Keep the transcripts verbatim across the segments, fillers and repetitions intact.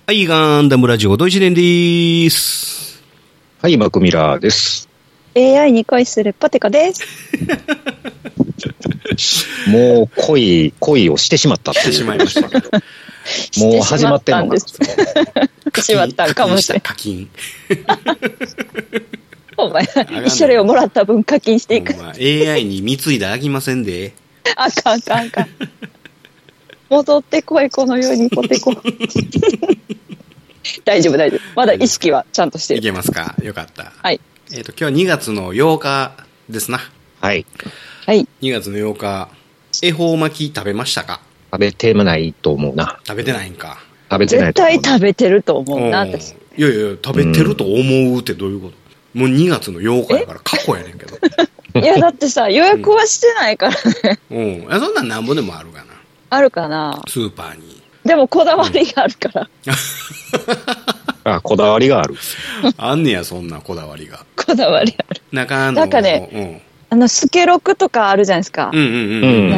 はい、ガンダムラジオ、土井伝でーす。 はい、マクミラーです。 エーアイ に恋するポテコです。 もう恋、恋をしてしまったっていう。 してしまいました。 もう始まってんのかな。 しまったんかもしれない。 課金。 お前、一緒にもらった分課金していく。 エーアイ に貢いだらあきませんで。 あかんあかんあかん。戻ってこい、この世にポテコ。大丈夫大丈夫。まだ意識はちゃんとしてる。 いけますか。よかった。 はい。 えっと、今日はにがつのようかですな。 はい。 はい。 にがつのようか、恵方巻き食べましたか？ 食べてもないと思うな。 食べてないんか。 食べてないと思う。 絶対食べてると思うな、私。 いやいや、食べてると思うってどういうこと？うん、もうにがつのようかやから過去やねんけど。 いや、だってさ、予約はしてないからね。 うん。うん。そんなんなんぼでもあるかな。 あるかな。 スーパーに。 でもこだわりがあるから。 うん、あ、こだわりがある。 あんねや、そんなこだわりが。 こだわりある。 中の。 なんかね、うん、あの、スケロクとかあるじゃないですか。 うんうんうんうんうん。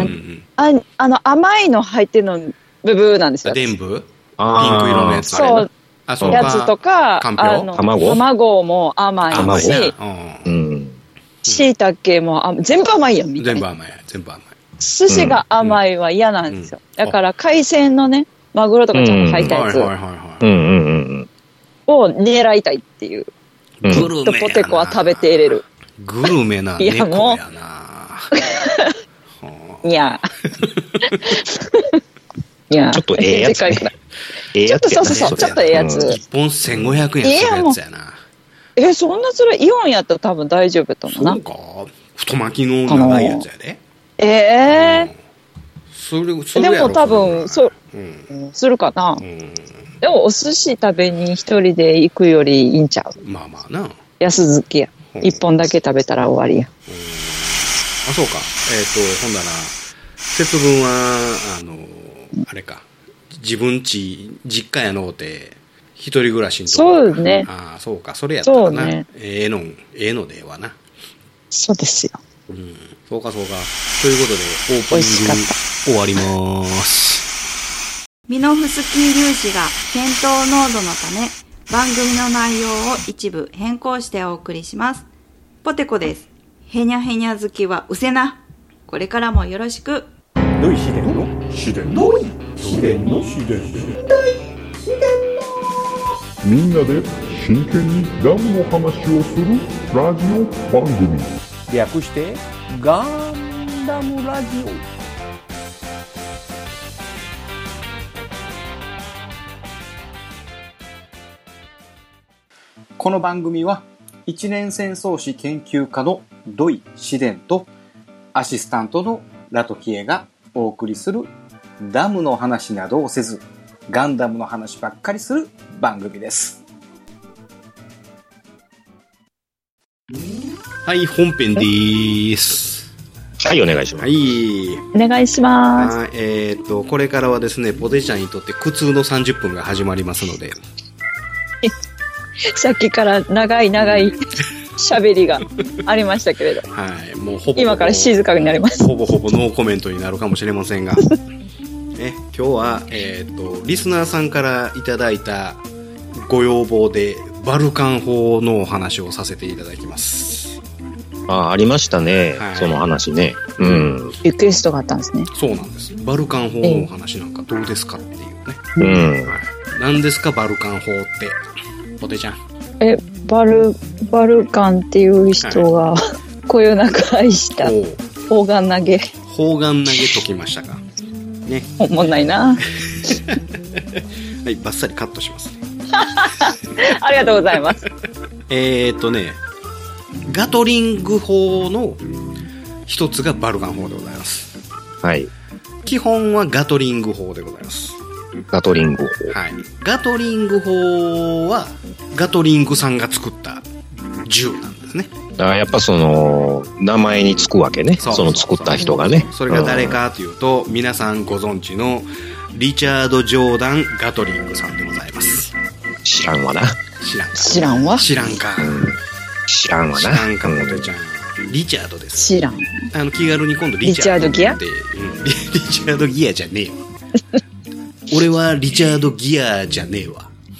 あ, あの、甘いの入ってるの、ブブーなんですよ。 全部？ピンク色のやつ。 そう。あそうやつとか、 あの卵卵も甘いし、しいたけもあ全部甘いよみたいな。 全部甘い。全部甘い。 寿司が甘いは嫌なんですよ。うんうん、だから海鮮のね、マグロとかちゃんと入ったやつを狙いたいっていう。 グルメやな。 きっとポテコは食べていれる。 グルメな猫やな。いやもう。いや。いや。 ちょっとええやつ、ね。 ええやつ、ね。ちょっとそうそうそう、ちょっとええやつ。 いっぽんせんごひゃくえんするやつやな。 え、そんなそれイオンやったら多分大丈夫と思うな。 そうか。太巻きの長いやつやで。 ええー。 それ、それでも多分、そう、うん、するかな。うん、でもお寿司食べに一人で行くよりいいんちゃう？ まあまあな。 安月きや。一、うん、本だけ食べたら終わりや。 うん、あ、そうか。えっ、ー、と、ほんだら、節分は、あの、あれか。自分家、実家やのうて、一人暮らしのところ。そうね。 ああ、そうか。それやったらな。 ね、 ええの、ええのではな。 そうですよ。 うん。そうかそうか。ということで、オープニング終わりまーす。 ミノフスキー粒子が検討濃度のため、番組の内容を一部変更してお送りします。ポテコです。へにゃへにゃ好きはうせな。これからもよろしく。 どいしでんのしでんのしでんのしでんのみんなで真剣にダムの話をするラジオ番組。 略してガンダムラジオ。この番組は一年戦争史研究家の土井紫伝とアシスタントのラトキエがお送りするダムの話などをせずガンダムの話ばっかりする番組です。 はい、本編でーす。 はい、お願いします。 はい。 お願いします。 えっと、これからはですね、ポテちゃんにとって苦痛のさんじゅっぷんが始まりますので。 さっきから長い長い喋りがありましたけれど。 はい、もうほぼほぼ今から静かになります。 ほぼほぼノーコメントになるかもしれませんが。ね、今日は、えっと、リスナーさんからいただいたご要望で、バルカン砲のお話をさせていただきます。 あ、ありましたね、はい、その話ね。うん。 リクエストがあったんですね。 そうなんです。バルカン砲のお話なんかどうですかっていうね。 うん。 はい、何ですか、バルカン砲って。ポテちゃん。 え、バル、バルカンっていう人が、はい、こよなく愛した砲丸投げ。 砲丸投げときましたか。ね。 おもんないな。 はい、バッサリカットしますね。 ありがとうございます。 えーっとね、ガトリング砲の一つがバルカン砲でございます。 はい。 基本はガトリング砲でございます。 ガトリング砲。 はい。ガトリング砲はガトリングさんが作った銃なんですね。 あ、やっぱその名前につくわけね。その作った人がね。 それが誰かというと、うん、皆さんご存知のリチャード・ジョーダン・ガトリングさんでございます。 知らんわな。 知らんか。 知らんわ。 知らんか。うん、 知らんわな。 知らんか、ポテちゃん。リチャードです。 知らん。 あの気軽に今度リチャードギアって、うん、リチャードギアじゃねえわ。俺はリチャードギアじゃねえわ。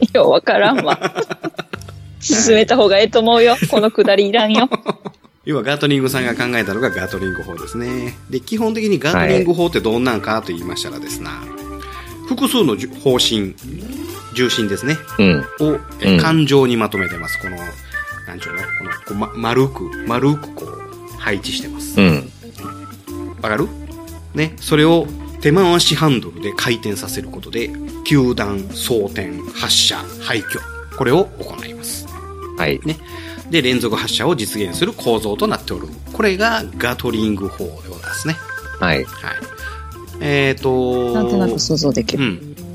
ようわからんわ。進めた方がええと思うよ。このくだりいらんよ。 要はガトリングさんが考えたのがガトリング砲ですね。で、基本的にガトリング砲ってどんなんかと言いましたらですな、はい、複数の砲身、重心ですね。 うん、 を、え、環状にまとめてます。この、なんちゅうのこの、こうま、丸く、丸くこう、配置してます。 うん。 わかる？ね。それを手回しハンドルで回転させることで、球弾、装填、発射、廃墟。これを行います。 はい。 ね。で、連続発射を実現する構造となっておる。これがガトリング砲でございますね。 はい。はい。 えっと、 なんとなく想像できる。 うん。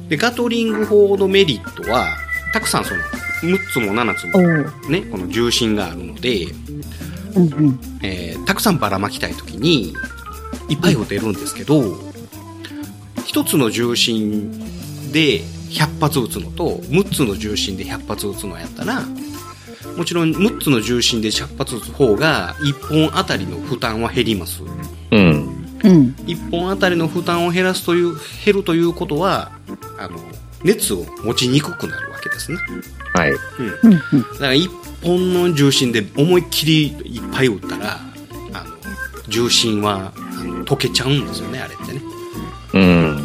で、ガトリング砲のメリットは、たくさんその、むっつもななつも、ね、この重心があるので、 うんうんえー、たくさんばらまきたいときに、いっぱい撃てるんですけど、一つの重心でひゃっぱつ撃つのと、むっつの重心でひゃっぱつ撃つのやったら、もちろんむっつの重心でひゃっぱつ撃つ方が、いっぽんあたりの負担は減ります。 うん。 うん。 いっぽんあたりの負担を減らすという、減るということは、あの、熱を持ちにくくなるわけですね。 はい。 うん。だからいっぽんの重心で思いっきりいっぱい撃ったら、あの、重心は、あの、溶けちゃうんですよね、あれってね。 うん、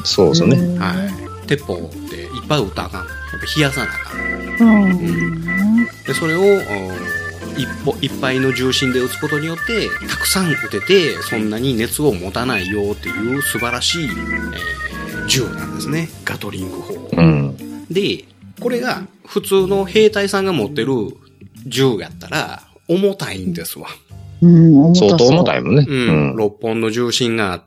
そうですね。 はい。鉄砲っていっぱい撃ったらあかん。やっぱ冷やさなあかん。うん。で、それを、一歩、いっぱいの重心で撃つことによって、たくさん撃てて、そんなに熱を持たないよっていう素晴らしい、えー、銃なんですね。ガトリング砲。 うん。 で、これが普通の兵隊さんが持ってる銃やったら、重たいんですわ。 うん、重たそう。 相当重たいもんね。 うん。うん、ろっぽんの重心があって、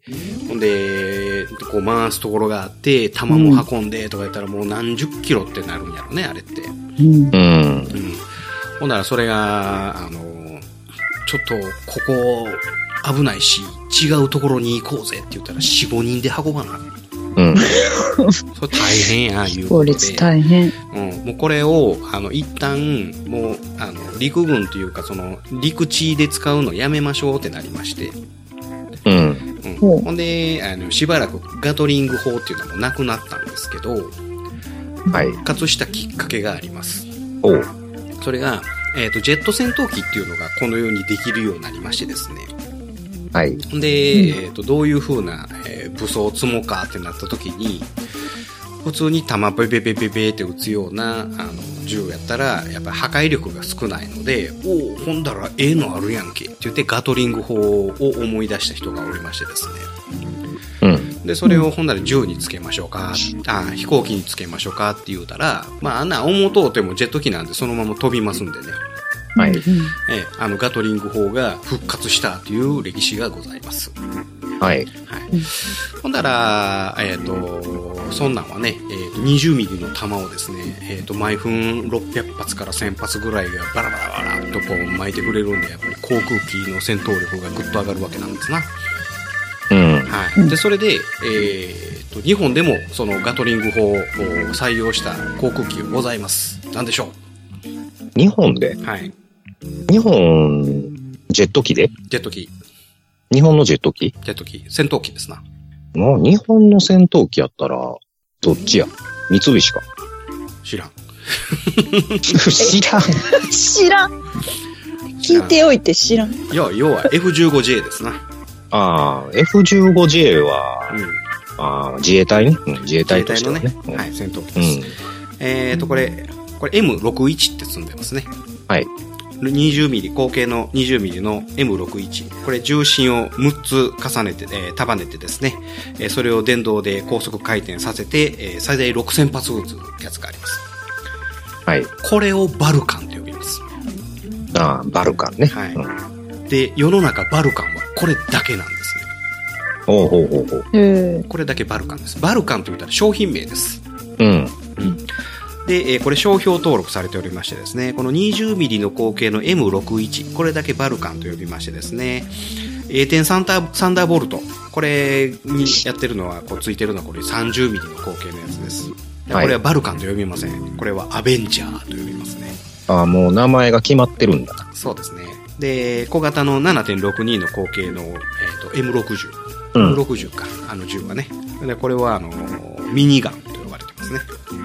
ほんで、こう回すところがあって、弾も運んでとか言ったらもう何十キロってなるんやろね、あれって。 うん。 うん。うんほんならそれが、あの、ちょっとここ危ないし、違うところに行こうぜって言ったらよん、ごにんで運ばな。 うん。 それ大変や、いうことで。 法律大変。 うん。もうこれを、あの、一旦、もう、あの、陸軍というか、その、陸地で使うのやめましょうってなりまして。 うん。 うん。ほんで、あの、しばらくガトリング砲っていうのもなくなったんですけど、 はい。 復活したきっかけがあります。 おう。 それが、えっと、ジェット戦闘機っていうのがこのようにできるようになりましてですね。 はい。 で、うん、えっと、どういう風な、えー、武装を積もうかってなった時に、普通に弾ペペペペペって撃つような、あの、銃やったら、やっぱり破壊力が少ないので、おお、ほんだらええのあるやんけって言ってガトリング砲を思い出した人がおりましてですね。 うん。 で、それをほんなら銃につけましょうか、あ、飛行機につけましょうかって言うたら、まあ、あんな思うとうてもジェット機なんでそのまま飛びますんでね。 はい。 ええ、あの、ガトリング砲が復活したという歴史がございます。 はい。 はい。ほんだら、えっと、そんなんはね、えっと、にじゅうミリの弾をですね、えっと、毎分ろっぴゃくはつからせんはつぐらいがバラバラバラっとこう巻いてくれるんで、やっぱり航空機の戦闘力がぐっと上がるわけなんですな。 うん。 はい。で、それで、えっと、日本でもそのガトリング砲を採用した航空機がございます。なんでしょう？日本で？ はい。 日本、ジェット機で？ ジェット機。 日本のジェット機？ ジェット機。戦闘機ですな。 もう日本の戦闘機やったら、どっちや？三菱か。 知らん。 知らん。 知らん。聞いておいて知らん。 いや、要は エフじゅうごジェー ですな。 ああ、エフじゅうごジェー は、うん、あ自衛隊ね、うん。自衛隊としてはね。 ね、はい、戦闘機です。うん、えっと、これ、これ エムろくじゅういち って積んでますね。 はい。 にじゅうミリ、口径のにじゅうミリの エムろくじゅういち。これ重心をむっつ重ねて、えー、束ねてですね、えー、それを電動で高速回転させて、えー、最大ろくせんぱつ撃つやつがあります。はい。これをバルカンと呼びます。 ああ、バルカンね。 はい。うんで、世の中バルカンはこれだけなんですね。 おうほうほうほう。 これだけバルカンです。バルカンと言ったら商品名です。 うん。 うん、で、えー、これ商標登録されておりましてですね、このにじゅうミリの口径の エムろくじゅういち、これだけバルカンと呼びましてですね、エーテン サンダー、サンダーボルト、これにやってるのは、こうついてるのはこれさんじゅうミリの口径のやつです。これはバルカンと呼びません。これはアベンジャーと呼びますね。 ああ、もう名前が決まってるんだ。 そうですね。で、小型の ななてんろくに の口径の、えー、と エムろくじゅう、 うん、 エムろくじゅう か、あの銃はね。で、これはあのミニガンと呼ばれてますね。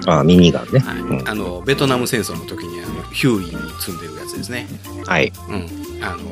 ああ、ミニガンね。 はい。 うん、 あの、ベトナム戦争の時に、あの、ヒューイに積んでるやつですね。 はい。 うん。あの、あの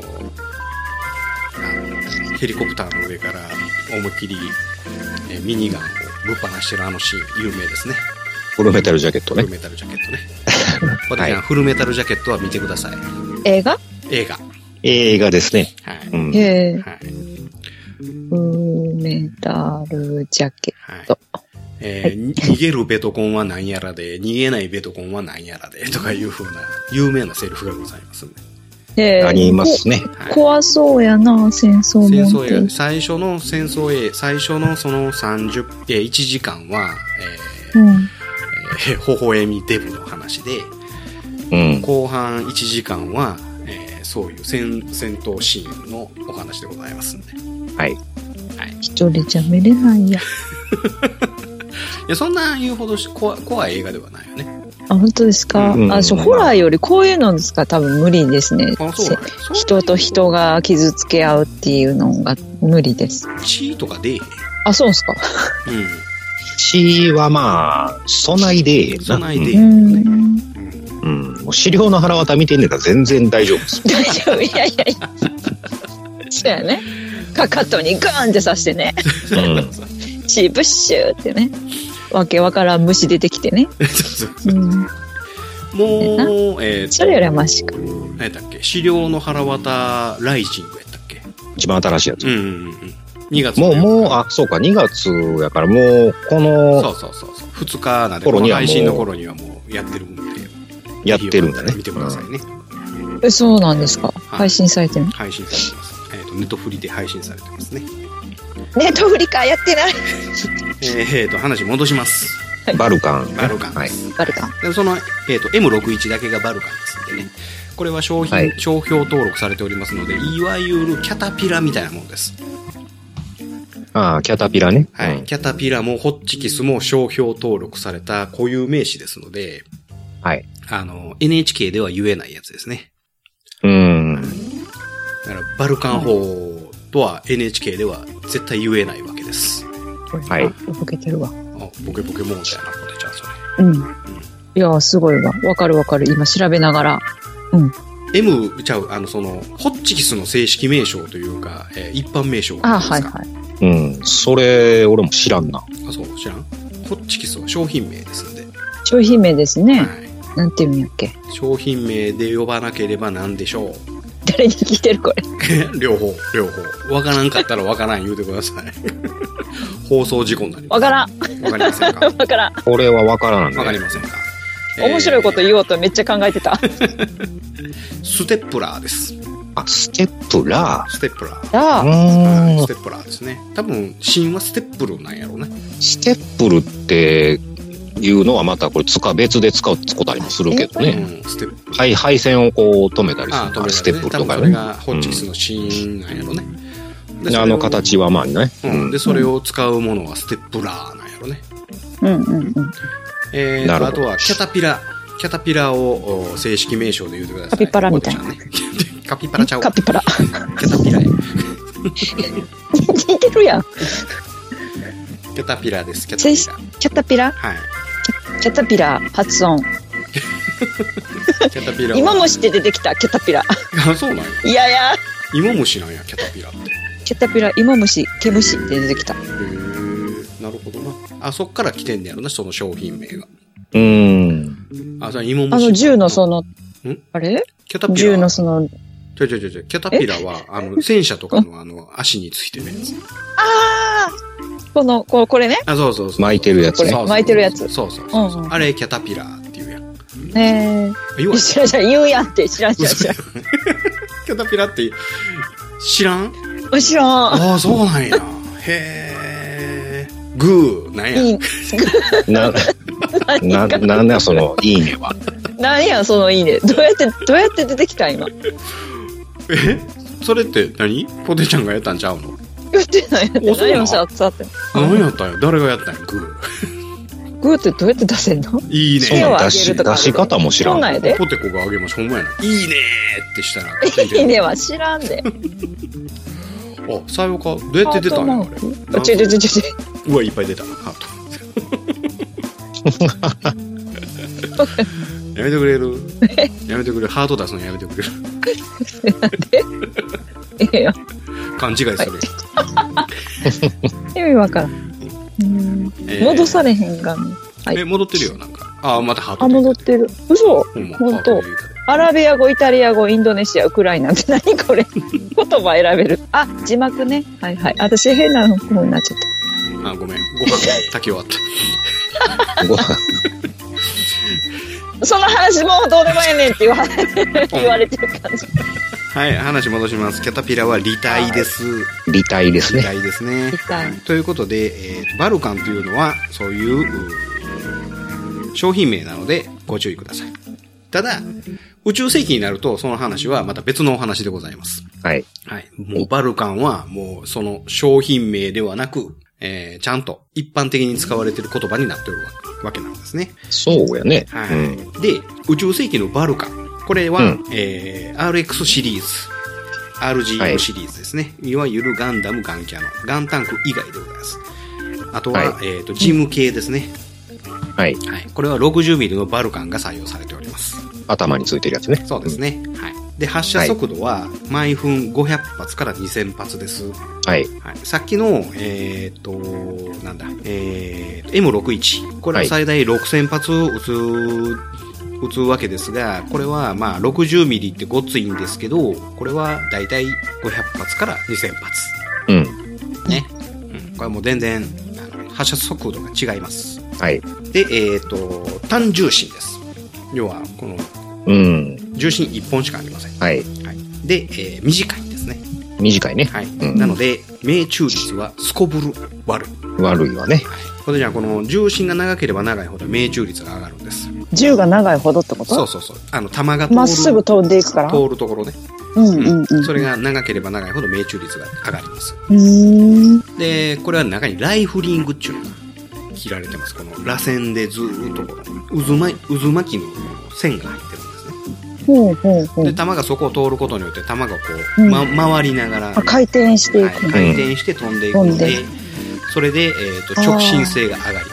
ヘリコプターの上から思いっきり、えーミニガンをぶっ放してるあのシーン、有名ですね。 フルメタルジャケットね。 フルメタルジャケットね。ポテちゃん、フルメタルジャケットは見てください。 映画映画。 映画ですね。 はい。 うん、 へえ。 はい。 フルメタルジャケット。 はい。えー、逃げるベトコンは何やらで、逃げないベトコンは何やらで、とかいう風な、有名なセリフがございますね。 えー、 ありますね。 はい、 怖そうやな、戦争もんって。 戦争や、最初の戦争へ、最初のそのさんじゅう、えー、いちじかんは、えーうんえー、微笑みデブの話で、 うん、 後半いちじかんは、えー、そういう戦、戦闘シーンのお話でございますんで。 はい。 はい。 一人じゃ見れないや。 いや、そんな言うほど怖、怖い映画ではないよね。 あ、本当ですか、 うん、 あ、そう、ホラーよりこういうのですか多分無理ですね。 あ、そう、 人と人が傷つけ合うっていうのが無理です。 血とか出えへん。 あ、そうですか。 うん。 血はまあ、備いでええな。 備いでええよね。 うん。 うん。もう資料の腹渡見てんねんから全然大丈夫です。 大丈夫。いやいやいや。そうやね。かかとにガーンって刺してね。 うん。 血ブッシュってね。わけわからん虫出てきてね。 そうそうそう。 うん、 もう、えー、 それよりはマシか。 何やったっけ、資料の腹渡ライジングやったっけ。 一番新しいやつ。 うんうんうん。にがつもう、もう、あ、そうか、にがつやからもう、この、 そうそうそうそう。ふつかなんで、この配信の頃にはもうやってるんで。 やってるんだね。 見てくださいね。 え、そうなんですか、はい、配信されてるの？ 配信されてます。えっ、ー、と、ネットフリで配信されてますね。 ネットフリか、やってない。 えっと、話戻します。 バルカン。 バルカン。 はい。バルカン。 でその、えっ、ー、と、エムろくじゅういち だけがバルカンですんでね。これは商品、はい、商標登録されておりますので、いわゆるキャタピラみたいなものです。 ああ、キャタピラね。 はい。うん、キャタピラもホッチキスも商標登録された固有名詞ですので、 はい。 あの、エヌエイチケー では言えないやつですね。 うーん。 だから、バルカン法とは エヌエイチケー では絶対言えないわけです。 はい。 ボケてるわ。 あ、ボケボケモンみたいなポテちゃん、それ。うん。うん、いや、すごいわ。わかるわかる。今調べながら。うん。 M ちゃう、あの、その、ホッチキスの正式名称というか、えー、一般名称は何ですか？ あ、はいはい。 うん。それ、俺も知らんな。 あ、そう、知らん？ホッチキスは商品名ですんで。 商品名ですね。はい。なんていうんやっけ。 商品名で呼ばなければ何でしょう？ 誰に聞いてるこれ。 両方、両方。わからんかったらわからん言うてください。放送事故になります。 わからん。 わかりませんか？ わからん。 これはわからんね。 わかりませんか？ 面白いこと言おうとめっちゃ考えてた。 ステップラーです。 あ、ステップラー。 ステップラー。 ラー。ステップラーですね。多分、シーンはステップルなんやろうね。 ステップルっていうのはまたこれ使別で使うことありもするけどね。うん、ステップル。はい、配線をこう止めたりする。あ、止めたり、ね、ステップルとかね。 それがホッチキスのシーンなんやろうね。 うん、あの形はまあね、 うん。で、それを使うものはステップラーなんやろうね。 うんうんうん。 えー、あとはキャタピラ。キャタピラを正式名称で言うてください。 カピバラみたいな。 カピバラちゃう。 カピバラ。 キャタピラや。 似てるやん。 キャタピラです、キャタピラ。 キャタピラ？ はい。 キャタピラ発音。 キャタピラ。 芋虫って出てきた、キャタピラ。 あ、そうなんや。 いやいや。 芋虫なんや、キャタピラって。 キャタピラ、芋虫、毛虫って出てきた。へー、なるほどな。あ、そっから来てんねやろな、その商品名が。 うーん。 あ、じゃあ芋虫。 あの銃のその、んあれキャタピラ。 銃のその、 ちょいちょいちょい、キャタピラは、あの、戦車とかのあの、足についてるやつ。 ああこの、ここれね。 あ、そうそうそう。 巻いてるやつね。 巻いてるやつ。 そうそうそう。うんうん、あれ、キャタピラって言うやん。 ええー。知らん知らん、言うやんって、知らん知らん知らん。 キャタピラって、知らん？ 知らん。 ああ、そうなんや。へえ。グー、なんや。いいな、な、なんだその、いいねは。 なんや、そのいいね。どうやって、どうやって出てきた今。 えそれって何？ポテちゃんがやったんちゃうの？ やってないやってない。何をさ、伝わってんの？ 何やったんや？誰がやったんや？グー。グーってどうやって出せんの？ いいね。 その出し、出し方も知らん。 そんなんやで。 ポテコがあげましょう。ほんまやな。いいねーってしたら。 いいねは知らんで。 あ、さようか。どうやって出たんやあれ。 ちょちょちょちょ。 うわ、いっぱい出た。ハート。 やめてくれるやめてくれる。ハート出すのやめてくれる。 なんでええや勘違いする。 はい、意味わからん。うん、えー、戻されへんがね。はい、 え、戻ってるよ、なんか。あ、またハート。 あ、戻ってる。嘘、ほんと。アラビア語、イタリア語、インドネシア、ウクライナって何これ言葉選べる。あ、字幕ね。はいはい。私変な風になっちゃった。 あ、ごめん。ご飯炊き終わった。ご飯。 その話もうどうでもええねんって言わ言われてる感じ。 はい、話戻します。キャタピラは離体です。 離体ですね。 離体ですね。離体。ということで、えー、バルカンというのは、そういう、商品名なのでご注意ください。ただ、宇宙世紀になると、その話はまた別のお話でございます。 はい。 はい。もうバルカンは、もうその商品名ではなく、えー、ちゃんと一般的に使われている言葉になっているわけなんですね。 そうやね。 はい。うん、で、宇宙世紀のバルカン。これは、うん、えー、アールエックス シリーズ、アールジーエム シリーズですね。はい、いわゆるガンダム、ガンキャノン、ガンタンク以外でございます。あとは、はい、えっと、ジム系ですね。 はい。 はい。これは ろくじゅうミリ のバルカンが採用されております。 頭についてるやつね。 そうですね。はい。で、発射速度は、毎分ごひゃくはつからにせんはつです。 はい。 はい。さっきの、えー、っと、なんだ、えー、エムろくじゅういち。これは最大ろくせんはつ撃つ、撃つわけですが、これはまあ ろくじゅうミリ ってごっついんですけど、これはだいたいごひゃくはつからにせんはつ。 うん。 ね。うん。これも全然、あの発射速度が違います。 はい。 で、えっと、単重心です。要は、この、 うん。 重心いっぽんしかありません。 はい。 はい。で、えー、短いんですね。 短いね。 はい。うん、なので、命中率はすこぶる悪い。 悪いわね。はい。 これじゃあ、この重心が長ければ長いほど命中率が上がるんです。 銃が長いほどってこと？ そうそうそう。あの、弾が通る。 まっすぐ飛んでいくから。 通るところね。 うんうんうん。 それが長ければ長いほど命中率が上がります。 うーん。 で、これは中にライフリングっていうのが切られてます。この螺旋でずーっとこの渦巻き、渦巻きの線が入ってるんですね。 ほうほうほう。 で、弾がそこを通ることによって弾がこう、うんま、回りながら、 回転していく、 はい、回転して飛んでいくので、うん、それで、えーと、直進性が上がります。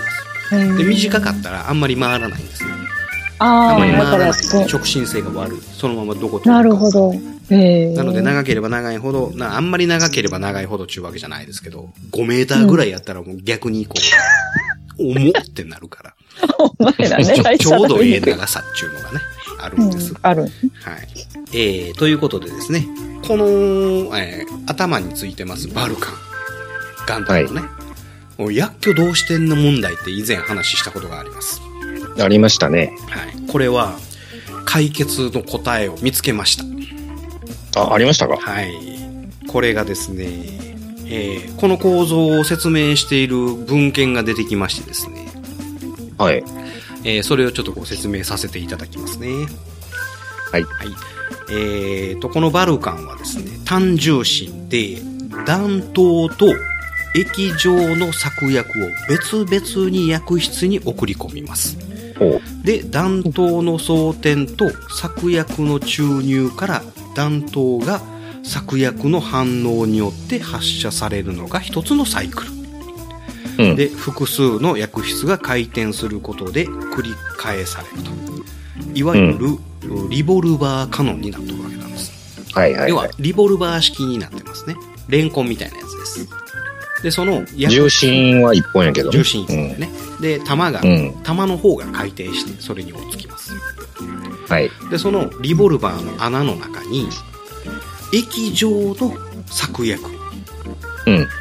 で、短かったらあんまり回らないんですね。 ああまり回らないので直進性が悪い。そのままどこ通るか。 なるほど。へなので長ければ長いほど、なあんまり長ければ長いほどちゅうわけじゃないですけど、ごメーターぐらいやったらもう逆にこう、うん、重ってなるから。 お前らね、 ちょうどええ長さっちゅうのがね、あるんです。うん、 ある。 はい。えー、ということでですね、この、えー、頭についてますバルカン、ガンダムのね、はい、薬莢同士点の問題って以前話したことがあります。 ありましたね。 はい。これは、解決の答えを見つけました。 あ、ありましたか？ はい。これがですね、えー、この構造を説明している文献が出てきましてですね。 はい。 えー、それをちょっとご説明させていただきますね。 はい。 はい。えーと、このバルカンはですね、単重心で、弾頭と液状の策薬を別々に薬室に送り込みます。で、弾頭の装填と策薬の注入から弾頭が策薬の反応によって発射されるのが一つのサイクル。うん、で、複数の薬室が回転することで繰り返されると。いわゆる、うん、リボルバーカノンになっているわけなんです。 はいはいはい、 要は、リボルバー式になってますね。レンコンみたいなやつです。で、その、 重心は一本やけど、ね。 重心一本でね。うん、で、弾が、うん、弾の方が回転して、それに追いつきます。 はい。 で、そのリボルバーの穴の中に、液状の策薬。 うん。 だから、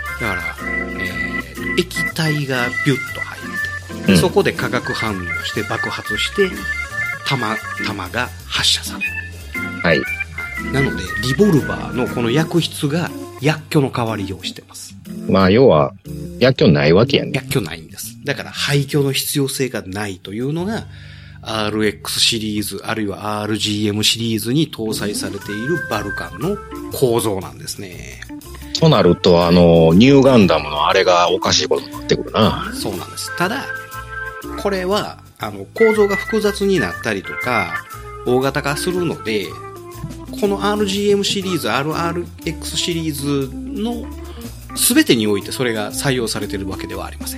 えー、液体がビュッと入って、で、うん、そこで化学反応して爆発して、弾、弾が発射される。 はい。 なので、リボルバーのこの薬室が薬莢の代わりをしてます。 まあ、要は、薬莢ないわけやね。 薬莢ないんです。だから、廃墟の必要性がないというのが、アールエックス シリーズ、あるいは アールジーエム シリーズに搭載されているバルカンの構造なんですね。 となると、あの、ニューガンダムのあれがおかしいことになってくるな。 そうなんです。ただ、これは、あの、構造が複雑になったりとか、大型化するので、この アールジーエム シリーズ、アールアールエックス シリーズの全てにおいてそれが採用されているわけではありません。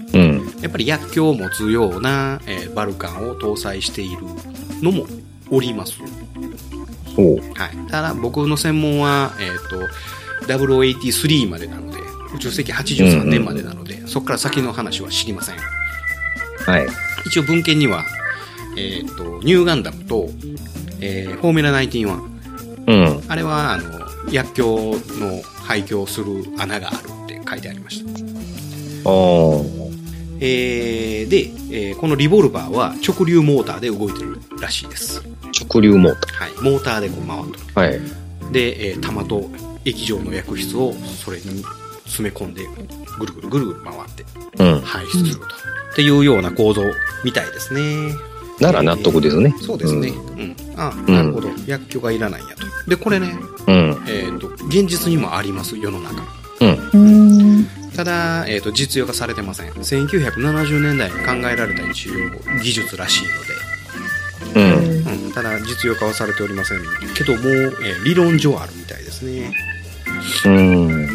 うん、 やっぱり薬莢を持つような、えー、バルカンを搭載しているのもおります。 おはい。ただ僕の専門は、えっ、ー、と、ダブルオーエイティースリーまでなので、宇宙世紀はちじゅうさんねんまでなので、うんうん、そこから先の話は知りません。 はい。 一応文献には、えっ、ー、と、ニューガンダムと、えー、フォーミュラナインティワン。 うん。 あれは、あの、薬莢の排気をする穴があるって書いてありました。 おー。 えー、で、えー、このリボルバーは直流モーターで動いてるらしいです。 直流モーターはい。モーターでこう回ってる。 はい。 で、えー、弾と液状の薬質をそれに詰め込んで、ぐるぐるぐるぐる回って、排出すると、うん。っていうような構造みたいですね。 なら納得ですね。 えー、そうですね。うん。うん、あ、なるほど。薬莢がいらないんやと。で、これね、 うん、 えっと、現実にもあります、世の中。 うん。 ただ、えっと、実用化されてません。せんきゅうひゃくななじゅうねんだいに考えられた治療技術らしいので、 うん。 うん、ただ、実用化はされておりませんけども、えー、理論上あるみたいですね。 うん。はい、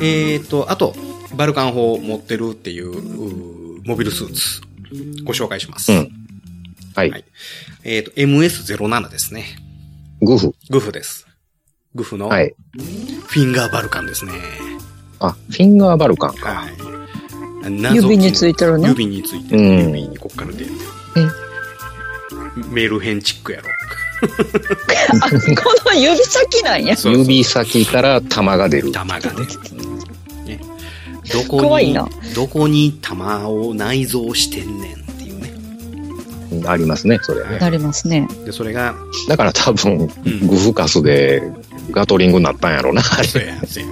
えっと、あと、バルカン砲を持ってるっていう、うモビルスーツ、ご紹介します。 うん。はい。はい、 えっと、エムエスゼロなな ですね。 グフ。 グフです。グフの、 はい。 フィンガーバルカンですね。 あ、フィンガーバルカンか。 はい。 指についてるね。 指についてる。指にこっから出る。 えメルヘンチックやろ。 あ、この指先なんや。 そうそう指先から玉が出る。 玉がね。ねどこに、 怖いな。 どこに玉を内蔵してんねんっていうね。 ありますね、それね。 ありますね。 で、それが。 だから多分、うん、グフカスでガトリングになったんやろうな、あれ。 そうや、そうや。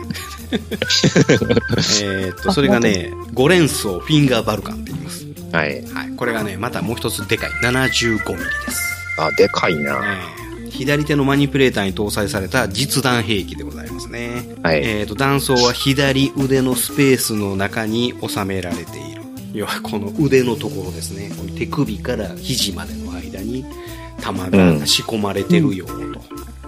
えっと、それがね、ご連装フィンガーバルカンって言います。 はい。 はい。これがね、またもう一つでかい。ななじゅうごミリです。 あ、でかいな、 えー。左手のマニピュレーターに搭載された実弾兵器でございますね。 はい。 えっと、弾倉は左腕のスペースの中に収められている。要はこの腕のところですね。手首から肘までの間に弾が仕込まれてるよと。うん、で、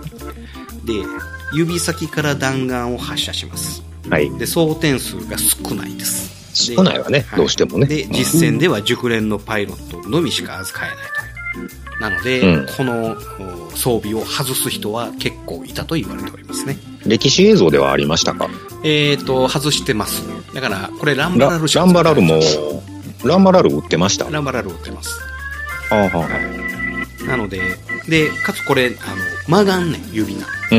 指先から弾丸を発射します。 はい。 で、装填数が少ないです。 少ないわね、はい、どうしてもね。 で、実戦では熟練のパイロットのみしか扱えないという。なので、うん、この装備を外す人は結構いたと言われておりますね。 歴史映像ではありましたか？ えっと、外してます。だから、これランバラルしかランバラルも、ランバラル売ってました？ ランバラル売ってます。 ああ、はあ、はい。 なので、で、かつこれ、あの、曲がんねん、指が。 うん。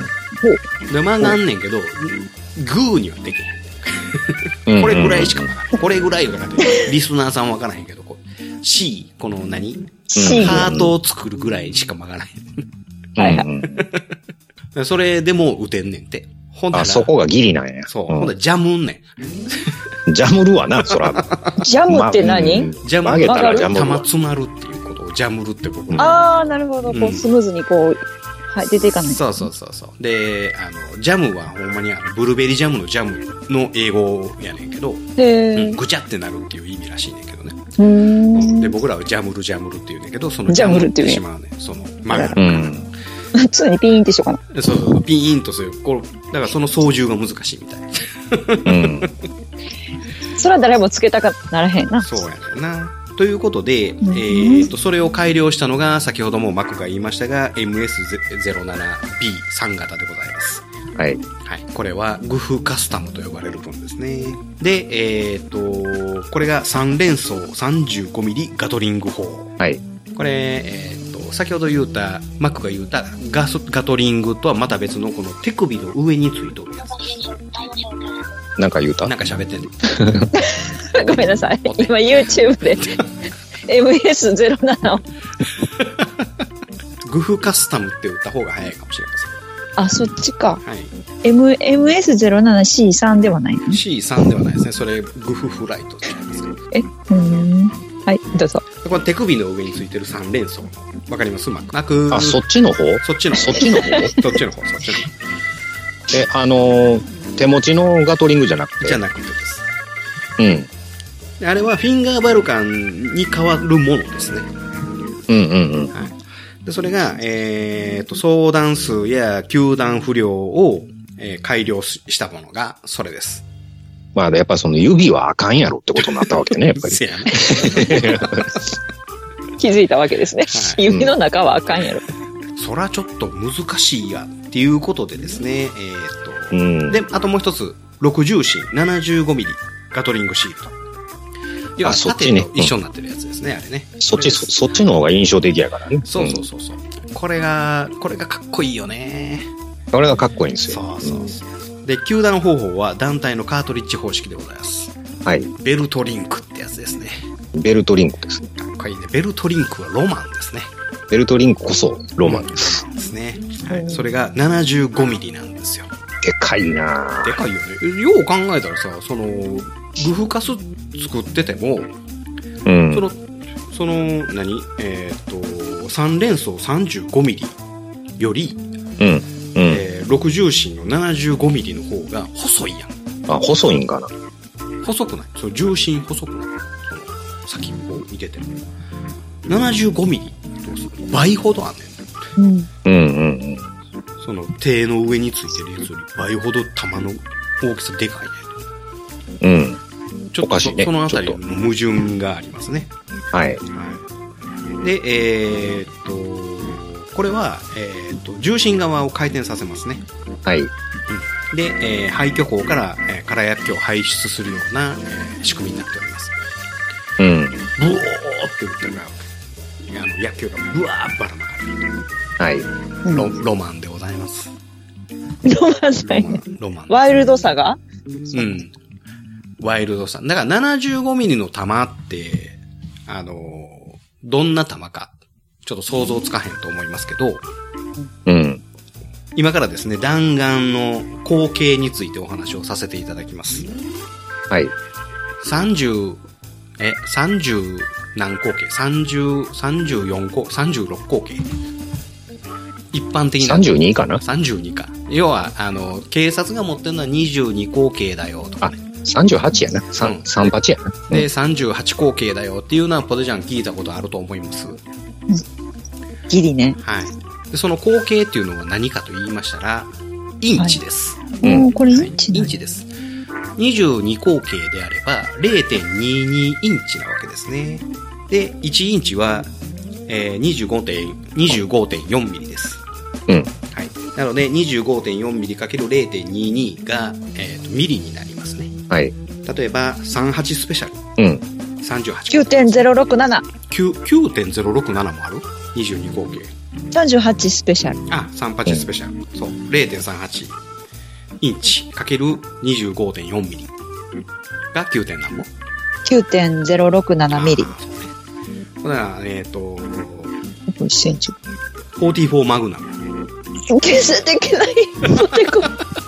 で、曲がんねんけど、グーにはできへん。これぐらいしかわからん。これぐらいわからん。リスナーさんわからへんけど、こう C、この何 C ハートを作るぐらいしか曲がらへん。 はいはい。それでも打てんねんて。ほんならあ、そこがギリなんや。 そう。うん、ほんならジャムんねん。ジャムるわな、そら。 ジャムって何、 ま、ジャム曲げたらジャムるわ。 玉詰まるっていうことをジャムるってこと。 ああ、なるほど。こう、スムーズにこう、はい、出ていかない。 そうそうそうそう。で、あの、ジャムはほんまにあの、ブルーベリージャムのジャムの英語やねんけど、 へー、 うん、ぐちゃってなるっていう意味らしいねんけどね。 うーん。 で、僕らはジャムルジャムルって言うねんけど、そのジャムルってしまうねん。その、曲がるから。 うん普通にピーンってしようかな。 そうそう、ピーンとする。これ、だからその操縦が難しいみたい。 うん。 それは誰もつけたかならへんな。 そうやねんな。ということで、 うん、 えー、と、それを改良したのが、先ほどもマクが言いましたが、エムエスゼロななビーさん 型でございます。 はい。 はい。これは、グフカスタムと呼ばれる分ですね。で、えー、と、これがさん連装 さんじゅうごミリ ガトリング砲。 はい。 これ、えー、と、先ほど言うた、マックが言うたガス、ガトリングとはまた別のこの手首の上についておるやつ。 なんか言うた？ なんか喋ってんね。 ごめんなさい。今 YouTube でエムエスゼロなな を。 グフカスタムって言った方が早いかもしれません。 あ、そっちか。 はい。 M、エムエスゼロななシーさん ではないの？ シーさん ではないですね。それ、グフフライトって言いますけど。 え、うーん。はい、どうぞ。 これ手首の上についてるさん連装。わかりますマック。 あ、そっちの方？ そっちの方。 そっちの方？ そっちの方、そっちの方。 え、あのー、手持ちのガトリングじゃなくて？ じゃなくてです。 うん。 あれはフィンガーバルカンに変わるものですね。 うんうんうん。 はい。で、それが、えっと、総弾数や球弾不良を、えー、改良したものが、それです。 まあ、やっぱその指はあかんやろってことになったわけね、やっぱり。 せやね。 気づいたわけですね。はい、指の中はあかんやろ。 うん、そらちょっと難しいやっていうことでですね、えー、っと、うん、で、あともう一つ、ろく重心 ななじゅうごミリ ガトリングシールド。要は縦と一緒になってるやつですね、あれね。 そっち、そ、そっちの方が印象的やからね。 そうそうそうそう。これが、これがかっこいいよね。 これがかっこいいんですよ。 そうそうそう。で、球団方法は団体のカートリッジ方式でございます。 はい。 ベルトリンクってやつですね。 ベルトリンクですね。 かっこいいね。ベルトリンクはロマンですね。 ベルトリンクこそロマンです。 ですね。はい。それが ななじゅうごミリ なんですよ。 でかいなぁ。 でかいよね。よう考えたらさ、その、グフカス作ってても、うん、その、その、何えっ、ー、と、さん連装 さんじゅうごミリ より、うんうんえー、ろく重心の ななじゅうごミリ の方が細いやん。 あ、細いんかな。 細くないその重心細くないその先を見てても。ななじゅうごミリ 倍ほどあんねん。うん。うんうんうん。その手の上についてるやつより倍ほど玉の大きさでかいね。うん。ちょっと そ,、ね、そのあたりの矛盾がありますね。はい。はい。で、えー、っと、これは、えー、っと、重心側を回転させますね。はい。うん、で、えー、排気口から、えー、空薬気を排出するような、えー、仕組みになっております。うん。ブオーって言ったら、あの、薬気がブワーばらまかれる。はい。ロ、ロマンでございます。 ロマンじゃないね。ロマン。ワイルドさがうん。ワイルドさ。だから ななじゅうごミリ の弾って、あの、どんな弾か、ちょっと想像つかへんと思いますけど、うん。今からですね、弾丸の口径についてお話をさせていただきます。はい。さんじゅう、え、さんじゅう何口径 ?さんじゅう、さんじゅうよん口、さんじゅうろく口径。一般的な。 さんじゅうにかな ?さんじゅうにか。要は、あの、警察が持ってるのはにじゅうに口径だよとかね。 さんじゅうはちやな。さん、さんじゅうはちやな。 うん、で、さんじゅうはち口径だよっていうのはポテちゃん聞いたことあると思います。うん。 ギリね。 はい。で、その口径っていうのは何かと言いましたら、インチです。 はい、うん。これインチ、 はい、インチです。にじゅうに口径であれば れいてんにに インチなわけですね。で、いちインチは、えー、にじゅうごてんよん ミリです。うん。はい。なので、にじゅうごてんよん ミリ ×れいてんにに が、えっと、ミリになりますね。はい。例えば、さんじゅうはちスペシャル。うん。さんじゅうはち。 きゅうてんぜろろくなな。 きゅうてんぜろろくなな もある ?にじゅうに 口径。 さんじゅうはちスペシャル。 あ、さんじゅうはちスペシャル。うん、そう。れいてんさんはち インチ ×にじゅうごてんよん ミリが きゅう. 点何もきゅうてんぜろろくなな ミリ。 そうね。だから、えっ、ー、と、 いちセンチ。 よんじゅうよんマグナム。 計算できない。ポテコ。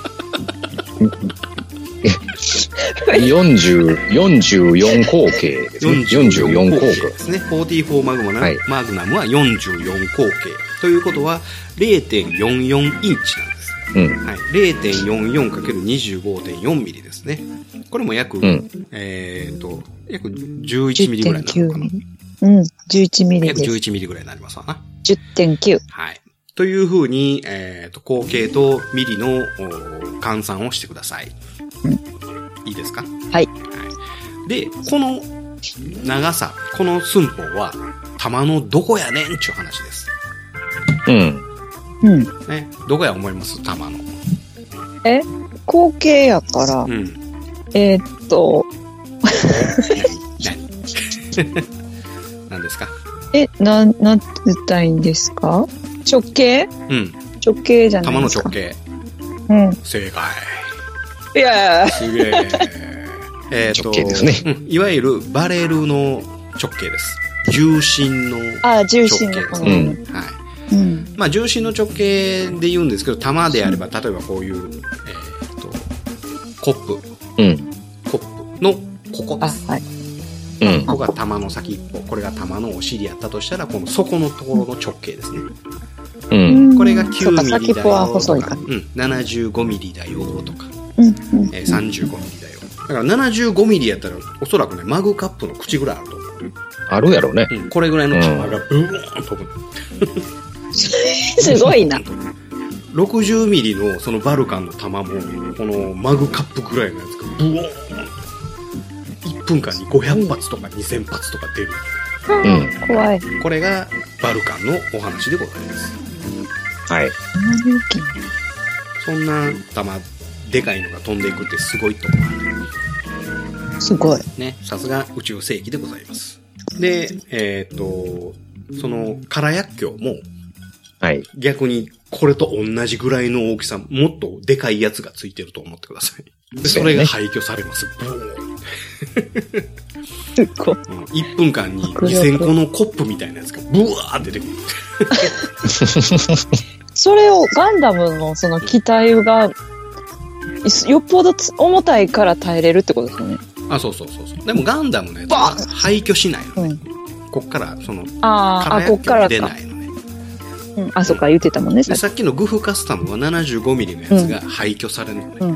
よんじゅう、よんじゅうよん口径ですね。よんじゅうよん口径ですね。よんじゅうよんマグナム、はい、マグナムはよんじゅうよん口径。ということは れいてんよんよん インチなんです。うん。はい。れいてんよんよん×にじゅうごてんよん ミリですね。これも約、うん、えっ、ー、と、約じゅういちミリぐらいになるのかな。 うん、じゅういちミリです。 約じゅういちミリぐらいになりますわな。 じゅってんきゅう。 はい。というふうに、えっ、ー、と、口径とミリの換算をしてください。うん、いいですか？ はい。はい。 で、この長さ、この寸法は、弾のどこやねんちゅう話です。うん。うん。ね、どこや思います弾の。 え口径やから、うん、えー、っと。 何何ですか？ え、な、なんて言ったらいいんですか？直径？うん。直径じゃないですか。 弾の直径。 うん。 正解。 いやー。 すげえ。えっと、 直径ですね、 うん。いわゆるバレルの直径です。重心の直径です。 あ、重心の。うん。はい。 うん。まあ、重心の直径で言うんですけど、弾であれば、例えばこういう、えー、っと、コップ。うん。コップのここです。はい。うん。ここが弾の先っぽ。これが弾のお尻やったとしたら、この底のところの直径ですね。うん。これがきゅうミリだよとか、うん。ななじゅうごミリだよとか、うん。えー、さんじゅうごミリだよ。だからななじゅうごミリやったら、おそらくね、マグカップの口ぐらいあると思う。 あるやろうね。 うん。これぐらいの弾がブーンと飛ぶ。 すごいな。 ろくじゅうミリのそのバルカンの弾も、このマグカップぐらいのやつがブーンっぷんかんにごひゃくはつとかにせんはつとか出る。 うん。怖い。 これがバルカンのお話でございます。 はい。 そんな弾、でかいのが飛んでいくってすごいと思う。すごい。 ね。さすが宇宙世紀でございます。で、えっと、その、空薬莢も、 はい。 逆に、これと同じぐらいの大きさ、もっとでかいやつがついてると思ってください。で、それが廃墟されます。ブーン。 すごい。 いっぷんかんににせんこのコップみたいなやつがブワーって出てくる。 それをガンダムのその機体が、よっぽど重たいから耐えれるってことですよね。 あ、そうそうそうそう。でもガンダムのやつは廃墟しないのね。うん、こっから、その、 ああ、こっから出ないのね。 うん、あ、そっか、言ってたもんね。 さっきのグフカスタムは ななじゅうごミリ のやつが廃墟されるのね。うん、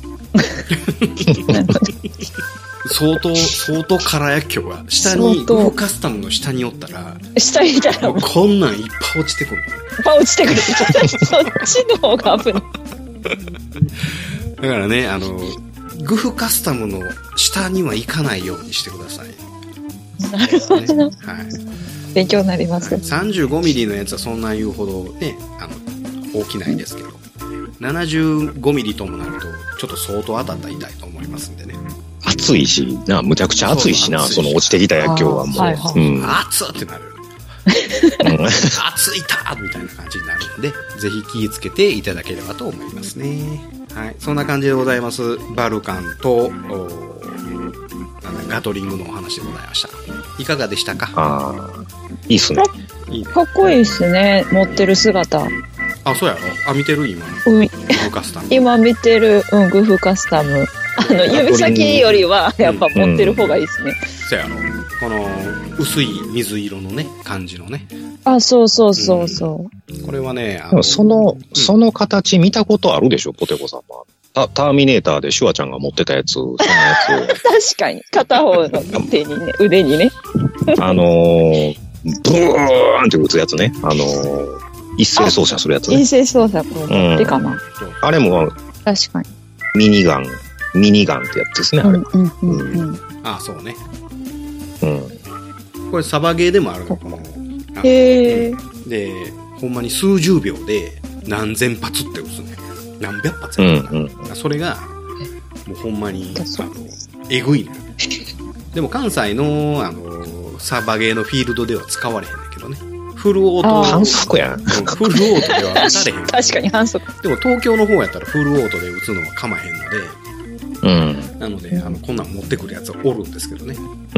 相当、相当空薬莢が、下に、グフカスタムの下におったら、 下にいたら、 こんなんいっぱい落ちてくる。いっぱい落ちてくる。そっちの方が危ない。 だからね、あの、グフカスタムの下には行かないようにしてください。 なるほど、ね。 はい。 勉強になります。 さんじゅうごミリ のやつはそんな言うほどね、あの、大きないですけど、ななじゅうごミリ ともなると、ちょっと相当当たったら痛いと思いますんでね。 熱いし、な、むちゃくちゃ熱いしな、その落ちてきた薬莢はもう。はいはい、うん、 熱ってなる。熱いたみたいな感じになるので、ぜひ気をつけていただければと思いますね。はい。そんな感じでございます。バルカンと、ガトリングのお話でございました。いかがでしたか？ ああ、いいっすね。 いいね。かっこいいっすね、持ってる姿。 あ、そうやろ？あ、見てる今。うん。グフカスタム。 今見てる、うん、グフカスタム。あの、指先よりは、やっぱ持ってる方がいいっすね。 そうやろ？この、薄い水色のね、感じのね。 あ、そうそうそうそう。 うん、これはね、 あのその、うん、その形見たことあるでしょ、ポテコさんは。タ, ターミネーターでシュワちゃんが持ってたやつ、そのやつを。 確かに。片方の手にね、腕にね。 あのー、ブーンって打つやつね。あのー、一斉操作するやつね。 一斉操作こうでかな、うん。 あれも、 確かに。 ミニガン、ミニガンってやつですね、あれ。うんうんうんうん、あ、そうね。 うん。 これサバゲーでもあるのかな。 へえ。 で、ほんまに数十秒で何千発って打つね。何百発やるかな、うんうん、それがもうほんまにあのえぐいの。でも関西のあのサバゲーのフィールドでは使われへんねんけどね。フルオート反則やん。 フルオートでは打たれへん。 確かに反則。 でも東京の方やったらフルオートで打つのは構へんので、 うん、なのであのこんなん持ってくるやつはおるんですけどね。 うん。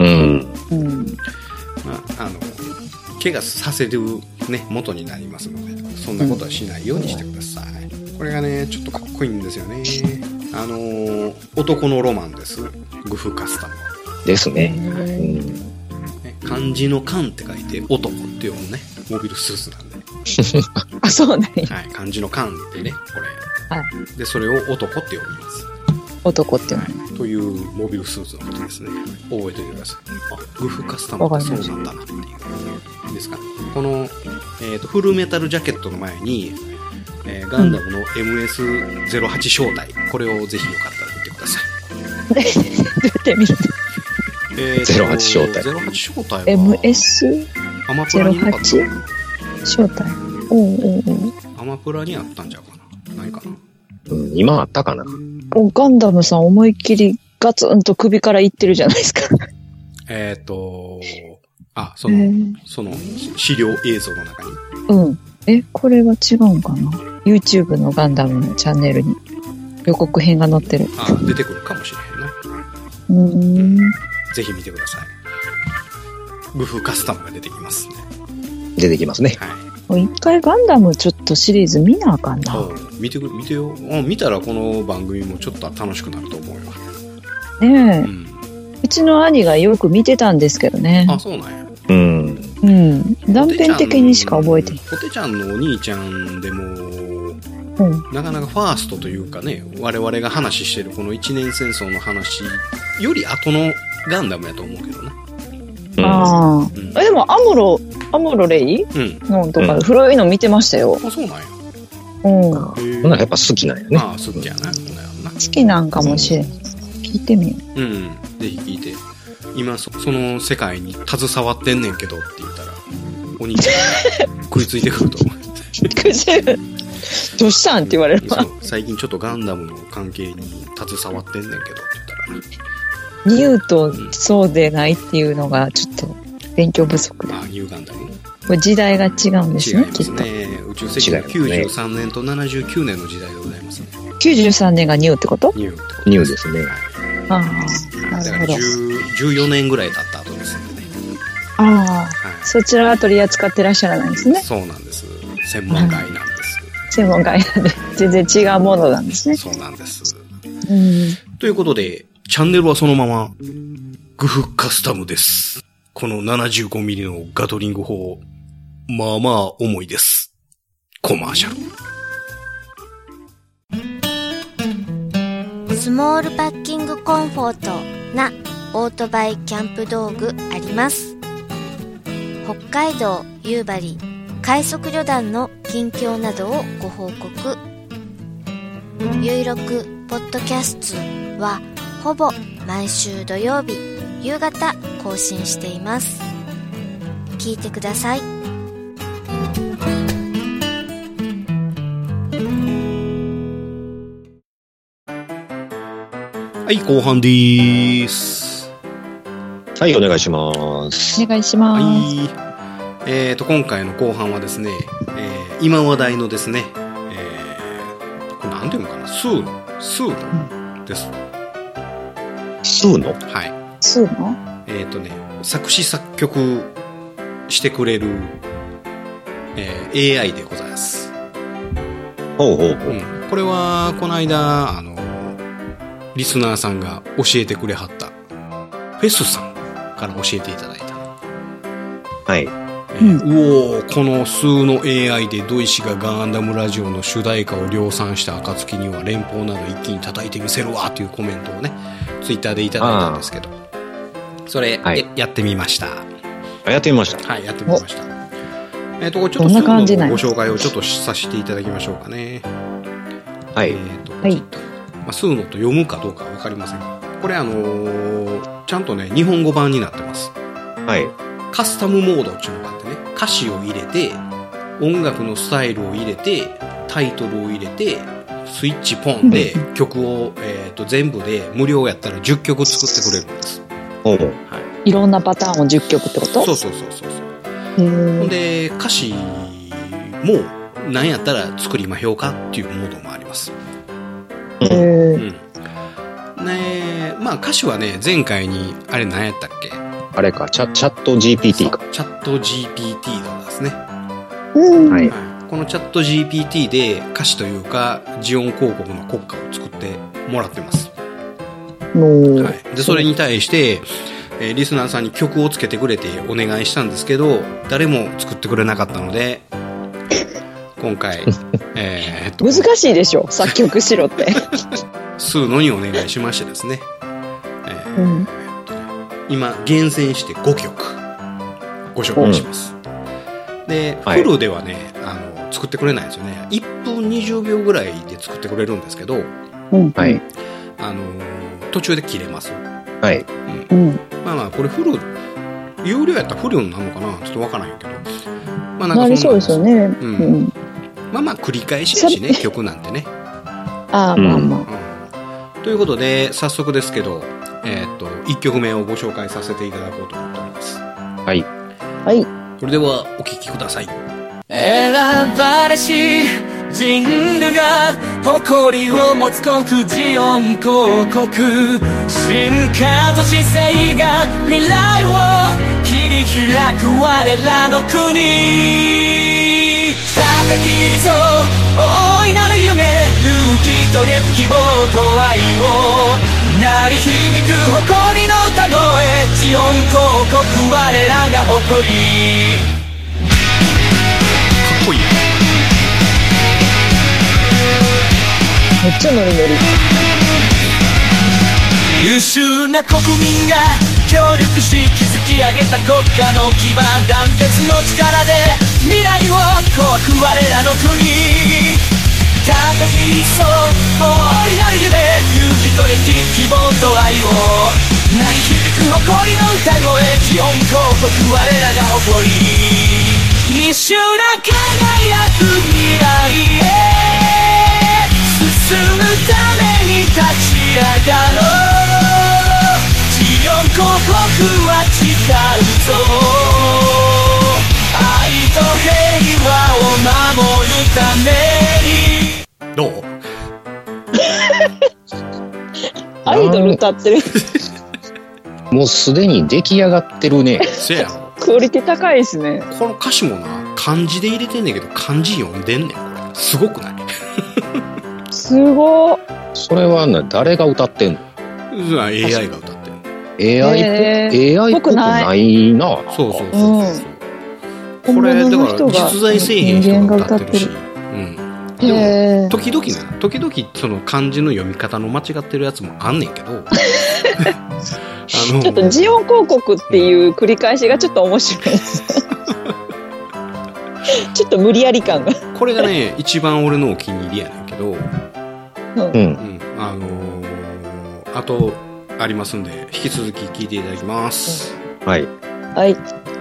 うん、 まああの怪我させるね元になりますので、そんなことはしないようにしてください。これがね、ちょっとかっこいいんですよね。あのー、男のロマンです。グフカスタム。 ですね。 はい、ね漢字の漢って書いて男って読むね、モビルスーツなんで。 あ、そうね。 はい、漢字の漢ってね、これ。 はい。 で、それを男って読みます。 男って読む、はい。というモビルスーツのことですね。覚えておいてください。あ、グフカスタムってそうなんだなっていう。いいですか。この、えっと、フルメタルジャケットの前に、えー、ガンダムの エムエスゼロはち 正体、これをぜひよかったら見てください。 見てみる。 えー、ゼロはち正体。 ゼロはち正体はエムエスアマプラになかった。 正体。おうおうおう。 アマプラにあったんじゃうかな。ないかな。 うん、今あったかな。 お、ガンダムさん思いっきりガツンと首からいってるじゃないですか。 えっと、あ、その、その資料映像の中に。 うん。え、これは違うんかな ?YouTube のガンダムのチャンネルに予告編が載ってる。 あ、出てくるかもしれへんな。 うーん。 ぜひ見てください。グフカスタムが出てきますね。 出てきますね。 はい。 一回ガンダムちょっとシリーズ見なあかんな。 見てく、見てよ。見たらこの番組もちょっと楽しくなると思うよ。 ねえ。うん、うちの兄がよく見てたんですけどね。 あ、そうなんや。 うん。 うん。断片的にしか覚えてない。 ポテちゃんのお兄ちゃんでも、 うん、 なかなかファーストというかね、我々が話してるこの一年戦争の話より後のガンダムやと思うけどな。 うん、ああ、うん。でもアムロ、アムロレイ、うん、のとか古いの見てましたよ。 あ、そうなんや。 うん。 ほなやっぱ好きなんやね。 ああ、好きやな。 好きなんかもしれん。 聞いてみよう。うん。ぜひ聞いて。今そ、その世界に携わってんねんけどって言ったら、お兄ちゃんが食いついてくると思う。 食いついてくる。どうしたんって言われるわ。 最近ちょっとガンダムの関係に携わってんねんけどって言ったら。ニューとそうでないっていうのがちょっと勉強不足で。 ああ、ニューガンダム。 これ時代が違うんですね、 違いますね。宇宙世紀のきゅうじゅうさんねんとななじゅうきゅうねんの時代でございますね。 きゅうじゅうさんねんがニューってこと？ ニューってこと。 ニューですね。 ああ、なるほど。 じゅうよねんぐらい経った後ですんでね。 ああ、はい、そちらは取り扱ってらっしゃらないんですね。 そうなんです。専門外なんです。 専門外なんで、全然違うものなんですね。 そうなんです。 うん、 ということで、チャンネルはそのまま、グフカスタムです。この ななじゅうごミリ のガトリング砲、まあまあ重いです。コマーシャル。スモールパッキングコンフォートなオートバイキャンプ道具あります。北海道夕張快速旅団の近況などをご報告。ゆいろくポッドキャストはほぼ毎週土曜日夕方更新しています。聞いてください。 はい、後半でーす。 はい、お願いします。 お願いします。 はい。えーと、今回の後半はですね、えー、今話題のですね、えー、これなんていうのかな、スーノ、スーノです。 スーノ？ はい。 スーノ？ えーとね、作詞作曲してくれる、えー、エーアイ でございます。 ほうほうほう。うん、 これは、この間、あの、リスナーさんが教えてくれはった、フェスさんから教えていただいた。 はい。 えーうん、うおー、この数の エーアイ で土井氏がガンダムラジオの主題歌を量産した暁には連邦など一気に叩いてみせるわというコメントをね、ツイッターでいただいたんですけど、それ、はい、やってみました。 あ、やってみました。 はい、やってみました。えっ、ー、と、ちょっと数のご紹介をちょっとさせていただきましょうかね。 はい。 えっ、ー、と、はい、まあ、数のと読むかどうかわかりませんが、これあのー、ちゃんとね、日本語版になってます。 はい。 カスタムモードっていうのがあってね、歌詞を入れて、音楽のスタイルを入れて、タイトルを入れて、スイッチポンで曲を、えー、と全部で無料やったらじゅっきょく作ってくれるんです。 おう、はい。 いろんなパターンをじゅっきょくってこと？ そうそうそうそう。ほんで、歌詞も何やったら作りまひょうかっていうモードもあります。 へー。 うん。ね、まあ歌詞はね、前回に、あれ何やったっけ？ あれか、チャ、チャット ジーピーティー か。 チャット ジーピーティー なんですね。 うん。 はい。 このチャット ジーピーティー で歌詞というか、ジオン広告の国家を作ってもらってます。はい。で、それに対して、えー、リスナーさんに曲をつけてくれてお願いしたんですけど、誰も作ってくれなかったので、今回、えー、っと。 難しいでしょ、作曲しろって。 スーノにお願いしましてですね。えーうん今厳選してごきょくご紹介します、うん、で、はい、フルではねあの作ってくれないんですよね。いっぷんにじゅうびょうぐらいで作ってくれるんですけど、 うん、 はい、 あの途中で切れます。 はい、 うん、まあまあこれフル有料やったらフルになるのかなちょっとわからないけど、まあなんかそんなんです。 なりそうですよね、うんうん、まあまあ繰り返しやしね曲なんてね。 ああまあまあ、 うん、ということで早速ですけどえー、といっきょくめをご紹介させていただこうと思っております。 はい。 はい。 それではお聴きください。 選ばれし人類が誇りを持つ黒ジオン広告、進化と姿勢が未来を切り開く我らの国。高き理想大いなる夢、抜き取れる希望と愛を鳴り響く誇りの歌声、ジオン広告我らが誇り。 かっこいい。 めっちゃノリノリ。 優秀な国民が協力し築き上げた国家の基盤、団結の力で未来を壊く我らの国。 形そうもう降りないでね勇気と歴希望と愛を鳴り響く誇りの歌声ジオン広告我らが誇り一瞬な輝く未来へ進むために立ち上がろうジオン広告は誓うぞ愛と平和を守るためにどうアイドル歌ってるもうすでに出来上がってるね。 せやろクオリティ高いですね。 この歌詞もな漢字で入れてんねんけど漢字読んでんねんこれすごくないすごー。 それはな誰が歌ってんの？ エーアイ が歌ってんの。 エーアイ っぽ、えー、エーアイ っぽくないな。 そうそうそうそうそう、うん、これだから実在せえへん人が歌ってるし、うん、でも時々な時々その漢字の読み方の間違ってるやつもあんねんけどあのちょっとジオン広告っていう繰り返しがちょっと面白いですちょっと無理やり感がこれがね一番俺のお気に入りやねんけど、うんうんうん、 あのー、あとありますんで引き続き聞いていただきます、 うん、はいはい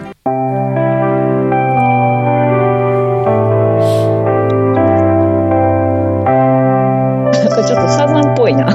なんかちょっとサザンっぽいな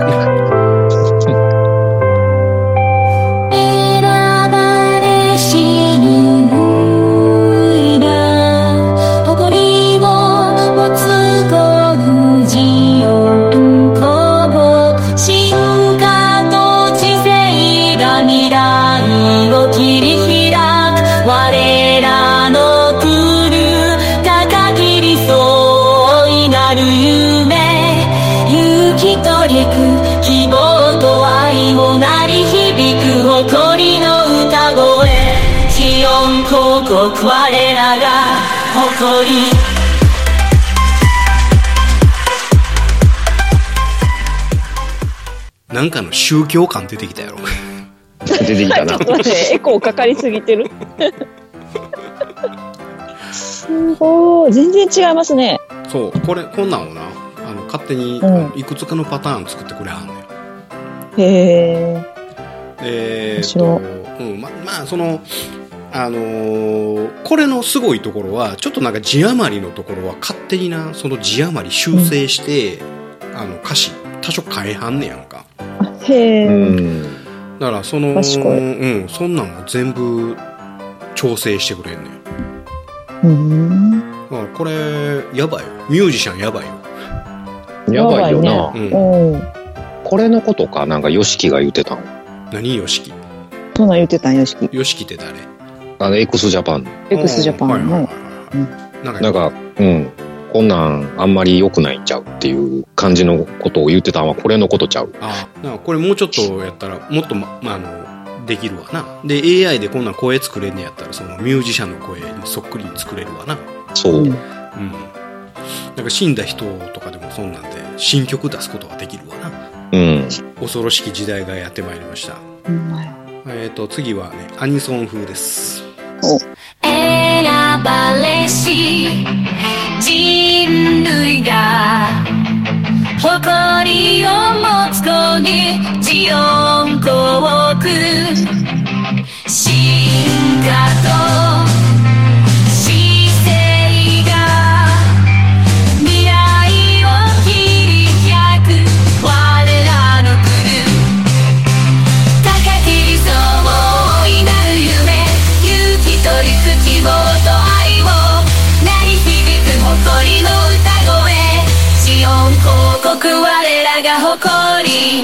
我らが誇りなんかの宗教感出てきたやろ出てきたなちょっと待ってエコーかかりすぎてるすごい全然違いますね。 そうこれこんなんをなあの勝手に、うん、いくつかのパターン作ってくれはんねん。 へーえー、っと、うん、ままあそのあのー、これのすごいところはちょっとなんか字余りのところは勝手になその字余り修正して、うん、あの歌詞多少変えはんねやんか。 へーだからその、うん、そんなんも全部調整してくれんねん。 うんだからこれやばいよミュージシャンやばいよやばいよな、 ねうん、 これのことかなんかヨシキが言ってたの。 何ヨシキそんなん言ってたんヨシキヨシキって誰？ あの X ジャパン X ジャパンのなんかうんこんなんあんまり良くないんちゃうっていう感じのことを言ってたのはこれのことちゃう。 ああなんかこれもうちょっとやったらもっと、ままあ、あのできるわな。で エーアイ でこんな声作れんねやったらそのミュージシャンの声にそっくりに作れるわな。 そう、うん、 なんか死んだ人とかでもそんなんで新曲出すことができるわな。 うん恐ろしき時代がやってまいりました、 うん、 えーと次はねアニソン風です。 選ばれし人類が誇りを持つ国ジオン航空進化と姿勢が未来を切り開く我らの国高き理想を追いなる夢勇気と陸希望と愛を鳴り響く誇りの歌声ジオン広告我らが誇り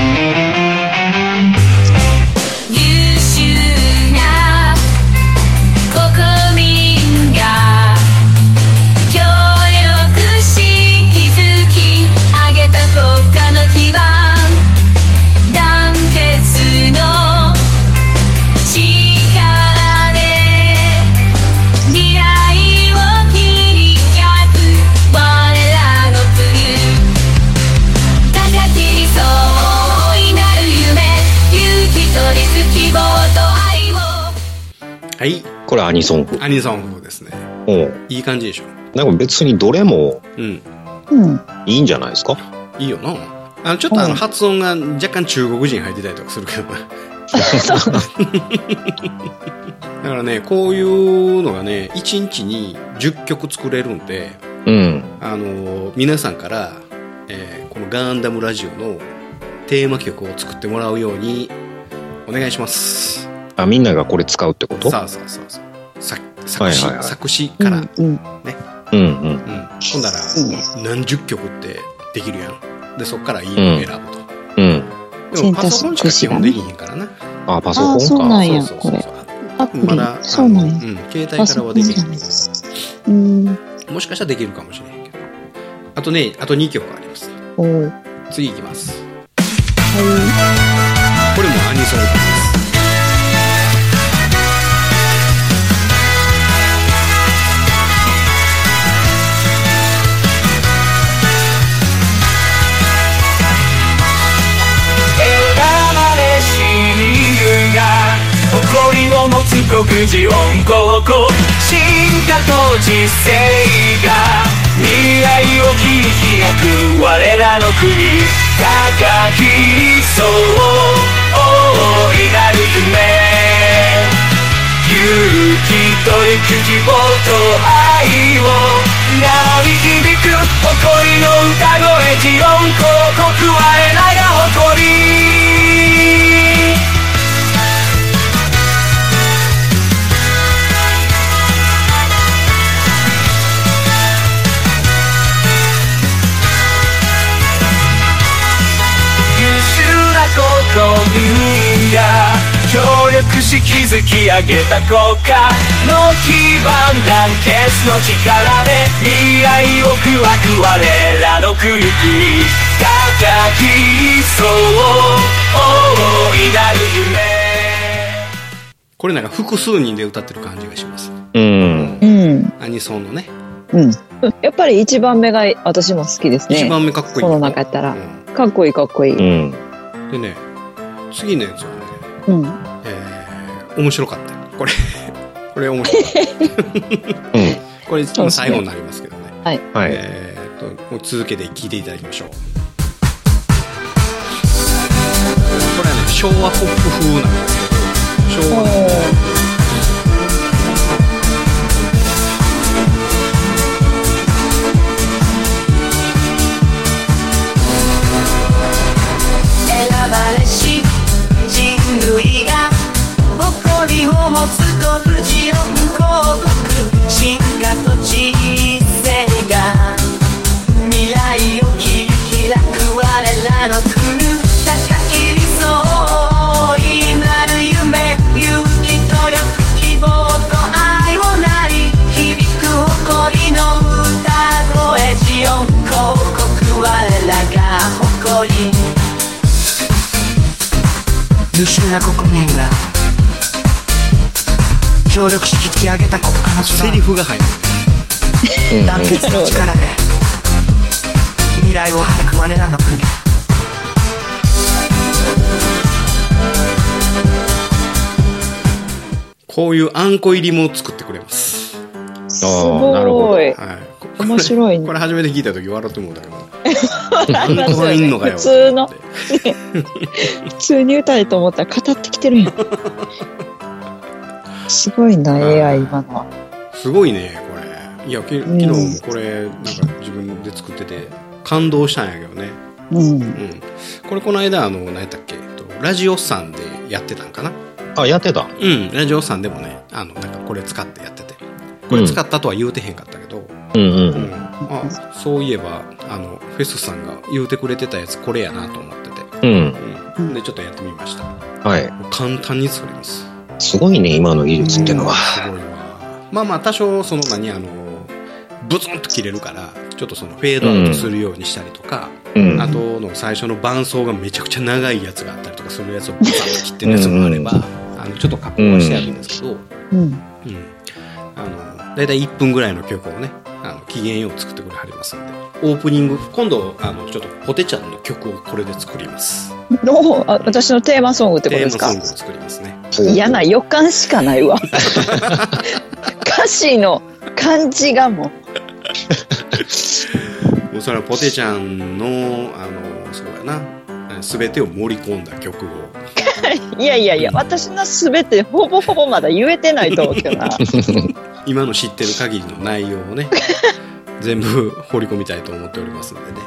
優秀な国民が協力し築き上げた国家の基盤団結の力で未来を切り開く我らの国高き理想を追いなる夢勇気とリス希望と愛を。 はいこれアニソン風アニソン風ですね。 うんいい感じでしょ。 なんか別にどれも、 うん、 うん。 いいんじゃないですか。 いいよな。あの、ちょっとあの、発音が若干中国人入ってたりとかするけどな。だからね、こういうのがね、いちにちにじゅっきょく作れるんで、 うん。 あの、皆さんから、えー、このガンダムラジオのテーマ曲を作ってもらうようにお願いします。 あ、みんながこれ使うってこと？ そうそうそうそう。作詞、はいはいはい、作詞から、うんうん、ね。 うんうん。うん。 ほんだら、何十曲ってできるやん。で、そっからいいのを選ぶと。 うん。 でもパソコンしか基本できへんからな。 あ、パソコンか。 そうなんや、 そうそうそうこれ。アプリ。 まだ、 そうなんや。うん、 携帯からはできへんけど。 うん。 もしかしたらできるかもしれへんけど。あとね、あとにきょくあります。 お次いきます。 はい。 これもアニソンです。 誇りを持つ黒人高校進化と知性が未来を切り開く我らの国高き理想大いなる夢勇気という希望と愛を鳴り響く誇りの歌声ジオン広告我らが誇り国民が協力し築き上げた国家の基盤団結の力で未来をくわく我らの国々高き理想大いなる夢これなんか複数人で歌ってる感じがします。 うん、 うん、 アニソンのね、 うん、やっぱり一番目が私も好きですね。 一番目かっこいい。 この中やったら、うん、かっこいいかっこいい、 うん、 でね次のやつはね、 うん、 えー、面白かったこれこれ面白かった、うん、これ最後になりますけどね、 はい、 えー、っともう続けて聴いていただきましょう。これはね昭和ポップ風なんですけど、昭和類が誇りを持つ黒人王国進化と知性が未来を切り開く我らの国高き理想大いなる夢勇気努力希望と愛をなり響く誇りの歌声ジオン広告我らが誇り優秀な国民が協力し引き上げた国家のセリフが入る団結の力で未来を開く我らの国こういうあんこ入りも作ってくれます。 すごい、なるほど、はい、面白いね。 これ初めて聞いた時笑ってもうたけどあんこがいんのかよ普通の普通に歌えと思ったら語ってきてるやんすごいな エーアイ 今のはすごいねこれ。いやき昨日もこれなんか自分で作ってて感動したんやけどね、 うんうん、 これこの間あの何やったっけラジオさんでやってたんかな。 あやってた。 うんラジオさんでもねあのなんかこれ使ってやっててこれ使ったとは言うてへんかったけど、 うんうんうん、 あそういえばあのフェスさんが言うてくれてたやつこれやなと思ってて、 うんうん、でちょっとやってみました。 はい簡単に作れます。 すごいね今の技術っていうのは、 うん、すごいわ。まあまあ多少その何あのブツンと切れるからちょっとそのフェードアウトするようにしたりとか、うん、あとの最初の伴奏がめちゃくちゃ長いやつがあったりとかするやつをブツンと切ってるやつもあれば、うん、あのちょっと加工はしてあるんですけど、 うんうん、 あのだいたいいっぷんぐらいの曲をねあの機嫌よう作ってくれはりますんでオープニング今度あのちょっとポテちゃんの曲をこれで作ります。 おあ私のテーマソングってことですか。 テーマソングを作りますね。 嫌な予感しかないわ歌詞の感じがもうももうそれはポテちゃんの、あの、そうやな、すべてを盛り込んだ曲を。 いやいやいや、私のすべてほぼほぼまだ言えてないと思うけどな。 今の知ってる限りの内容をね、全部放り込みたいと思っておりますのでね。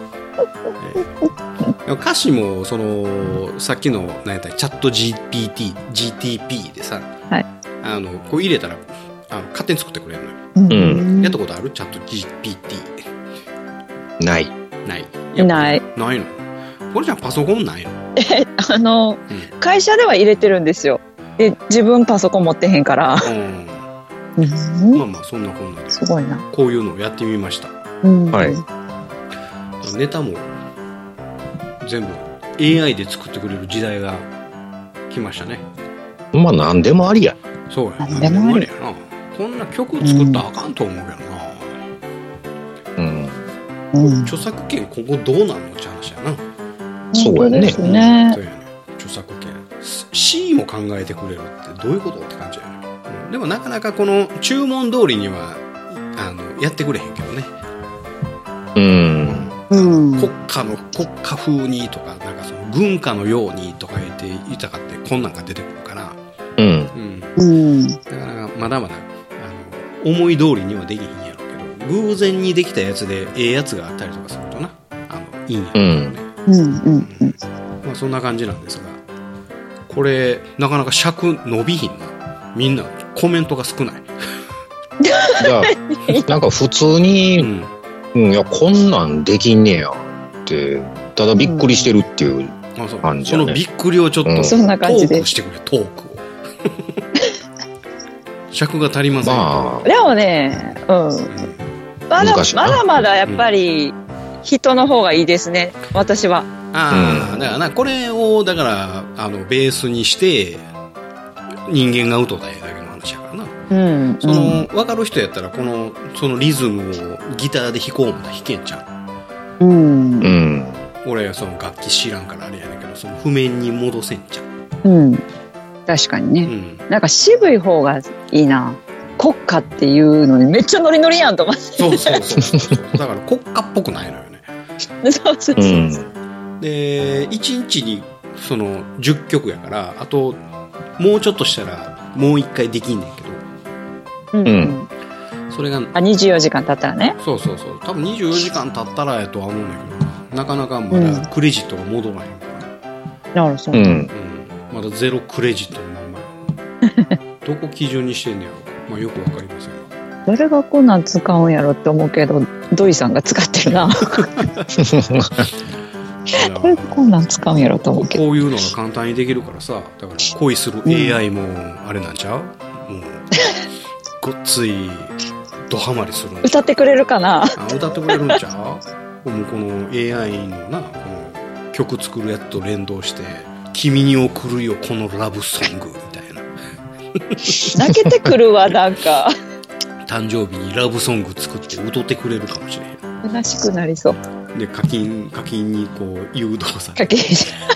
えー、歌詞も、その、さっきの、何やったら、チャット ジーピーティー、ジーティーピー でさ、 はい、 あの、こう入れたら、あの勝手に作ってくれるのよ。うん。やったことある？チャット ジーピーティー。 ない。 ない。 ない。 ないの？これじゃパソコンないの？ え、あの、うん、会社では入れてるんですよ。で、自分パソコン持ってへんから。 うん。うん、まあまあ、そんなこんなで。 すごいな。 こういうのをやってみました。 うん。 はい。 ネタも、全部 エーアイ で作ってくれる時代が来ましたね。 まあ、なんでもありや。 そうや。なんでもありやな。こんな曲作ったらあかんと思うけどな。うん。うん、著作権今後どうなんのって話やな。 そうやね。 そうね。 そうやね。著作権。C も考えてくれるってどういうことって感じやね。うん、でもなかなかこの注文通りにはあのやってくれへんけどね。 うん。 うん、 国家の国家風にとかなんかその軍歌のようにとか言って言いたかってこんなんが出てくるから。 うん。 うん。 だからまだまだあの思い通りにはできひんやろうけど、偶然にできたやつでええやつがあったりとかするとな、あのいいんやろうね。 うんうんうん。 まあそんな感じなんですが、これなかなか尺伸びひんな。みんなコメントが少ない。 いやなんか普通に、うんうん、いやこんなんできんねやってただびっくりしてるっていう感じやね。 そのびっくりをちょっと、うん、 そんな感じでトークしてくれ、トークを。尺が足りません。 まあ、でもね、うん、うん、まだまだまだやっぱり人の方がいいですね、私は。 ああ、うん、だからな、これをだからあのベースにして人間が歌うたらええだけの話やからな。 うん、 その分かる人やったらこのそのリズムをギターで弾こうもたら弾けんちゃう。うん。 うん。 俺はその楽器知らんからあれやねんけど、その譜面に戻せんちゃう。うん。確かにね。うん、なんか渋い方がいいな。国歌っていうのにめっちゃノリノリやんと思って。 そうそうそうそう。だから国歌っぽくないのよね。 そうそうそう。うん、 でいちにちにそのじゅっきょくやから、あともうちょっとしたらもういっかいできんねんけど。 うん。 それがあにじゅうよじかん経ったらね。 そうそうそう。多分にじゅうよじかん経ったらやとは思うんだけど、なかなかまだクレジットが戻らへんから。 なるほど。 うん。うん。 まだゼロクレジットのまんまや。どこ基準にしてんねやろ。まあよくわかりませんが。 誰がこんなん使うんやろって思うけど、土井さんが使ってるな。誰がこんなん使うんやろと思うけど。 こういうのが簡単にできるからさ、だから恋する エーアイ もあれなんちゃう？うん、もうごっついドハマりするん歌ってくれるかな。 あ、歌ってくれるんちゃう？もうこの エーアイ のな、この曲作るやつと連動して君に送るよこのラブソングみたいな。 泣けてくるわ、なんか誕生日にラブソング作って歌ってくれるかもしれへん。 虚しくなりそう。 で課金課金にこう誘導され課金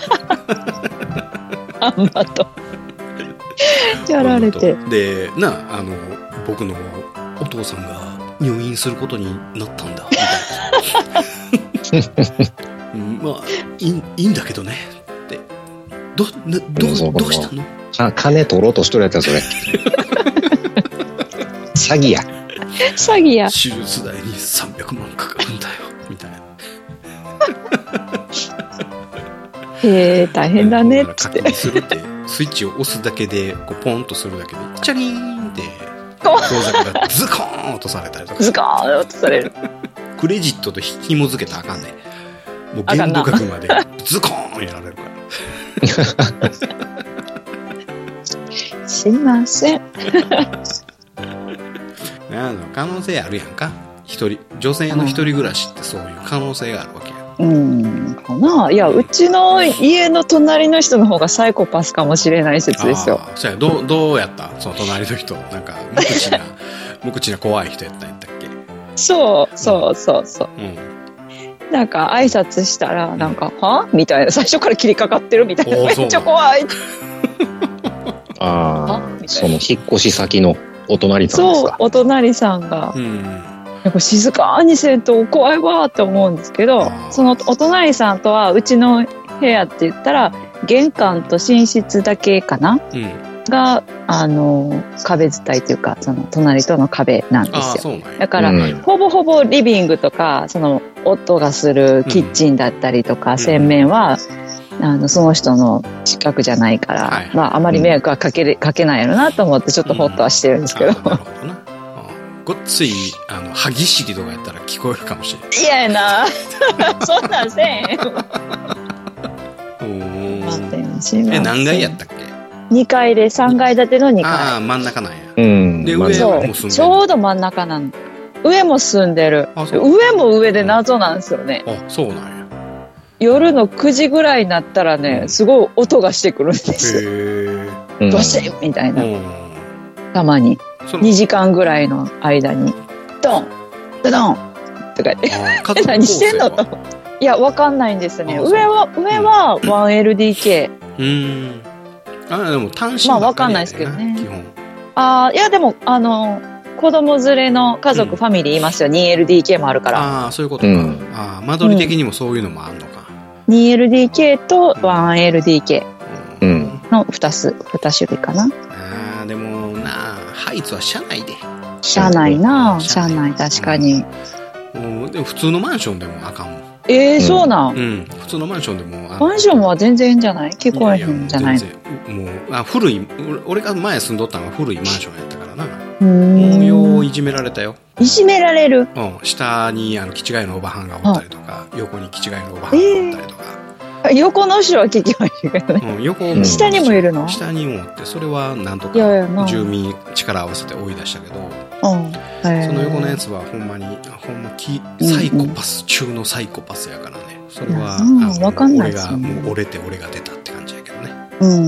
あんまとやられて、 でな、あの僕のお父さんが入院することになったんだみたいな。うん、まあいい、いいんだけどねってどなどどうしたの？ あ、金取ろうとしとるやつやそれ。詐欺や。 詐欺や。 手術代にさんびゃくまんかかるんだよみたいな。 へえ、大変だねっつって。 課金するってスイッチを押すだけでこうポンとするだけでチャリーンって口座がズコーン落とされたりとか。 ズコーン落とされる。 クレジットと紐付けたらあかんね。もう限度額までズコーンやられるから。 すいません。 あの可能性あるやんか。一人女性の一人暮らしってそういう可能性があるわけや。 うんかな。いや、うちの家の隣の人の方がサイコパスかもしれない説ですよ。 あ、そうや。どうどうやった？その隣の人、なんか無口な無口な怖い人やったんやったっけ？ そうそうそうそう。うん、なんか挨拶したらなんか、うん、はみたいな、最初から切りかかってるみたいな、めっちゃ怖い。 ああ、その引っ越し先のお隣さんですか？ そう、お隣さんが、 うん、 やっぱ静かにせんと怖いわって思うんですけど、そのお隣さんとはうちの部屋って言ったら玄関と寝室だけかな、うん、があの壁伝いというかその隣との壁なんですよ。だから、うん、ほぼほぼリビングとかその音がするキッチンだったりとか、うん、洗面は、うん、あのその人の近くじゃないから、はい、まああまり迷惑はかける、かけないやろなと思ってちょっとホッとはしてるんですけど、うん、なるほどな。 ごっついあの歯ぎしりとかやったら聞こえるかもしれない。 嫌やなそんなんせえへんえ、何階やったっけ？ にかいでさんがい建てのにかい。 ああ、真ん中なんや。うん。で、上も住んでる。 ちょうど真ん中なの。上も住んでる。上も上で謎なんですよね。 あ、そうなんや。 夜のくじぐらいになったらね、すごい音がしてくるんですよ。へー。どうしてみたいな。たまに。にじかんぐらいの間に、ドンドドンとか言って、何してんのと。いや、わかんないんですね。上は、上は ワンエルディーケー。 うん。あ、でも単身まあわかんないですけどね。基本。ああ、いやでも、あの、子供連れの家族、うん、ファミリーいますよ。にエルディーケー もあるから。 ああ、そういうことか。うん、ああ、間取り的にもそういうのもあんのか。 うん、にエルディーケー と ワンエルディーケー のふたつ、に種類かな。 ああ、でもな、ハイツは車内で。 車内な、車内確かに。 うん、でも普通のマンションでもあかんもん。 ええー、そうなん、 うん。普通のマンションでも。 マンションは全然いいんじゃない？聞こえへんじゃない？ いやいやもう、もう、あ、古い、俺が前住んどったのは古いマンションやったからな。もうよういじめられたよ。 いじめられる？ うん。下に、あの、気違いのおばはんがおったりとか、横に気違いのおばはんがおったりとか。 えー、横の人は聞きましたけどね。 うん、横も。下にもいるの？ 下にもおって、それはなんとか、住民力合わせて追い出したけど、うん、その横のやつはほんまに、ほんまき、サイコパス中のサイコパスやからね。それは、 うん、わかんないですね。 俺が、もう折れて俺が出たって感じやけどね。 うん。うん。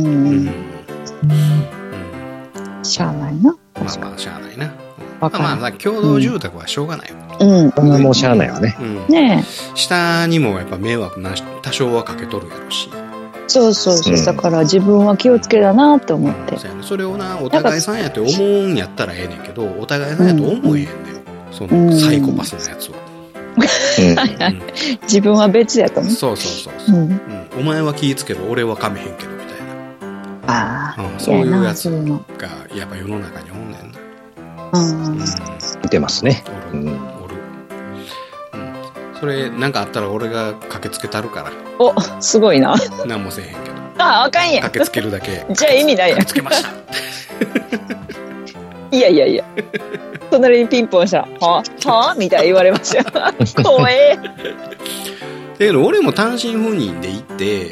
うん、しゃあないな。 まあまあ、しゃあないな。まあまあ、共同住宅はしょうがないよ。 うん。そんなもうしゃあないよね。 うん。ねえ。下にもやっぱ迷惑なし、多少はかけとるやろし。 そうそうそう、うん、だから自分は気をつけだなって思って、 うん、それをなお互いさんやって思うんやったらええねんけど、お互いさんやと思えへんねん、うん、そのサイコパスなやつを、 うん、自分は別やと思う。 そうそうそうそう、うんうん、お前は気ぃつけろ俺はかめへんけどみたいな、ああ、うん、そういうやつがやっぱ世の中におんねんな。 うん、うん、見てますね。おる、うん、おる、 うん、それなんかあったら俺が駆けつけたるから。 お、すごいな。 何もせえへんけど。 ああ、あかんやん。 駆けつけるだけ。 じゃあ意味ないやん。 駆けつけました。 いやいやいや。隣にピンポンしたら、はぁはぁみたいな言われましたよ。怖え。だけど俺も単身赴任で行って、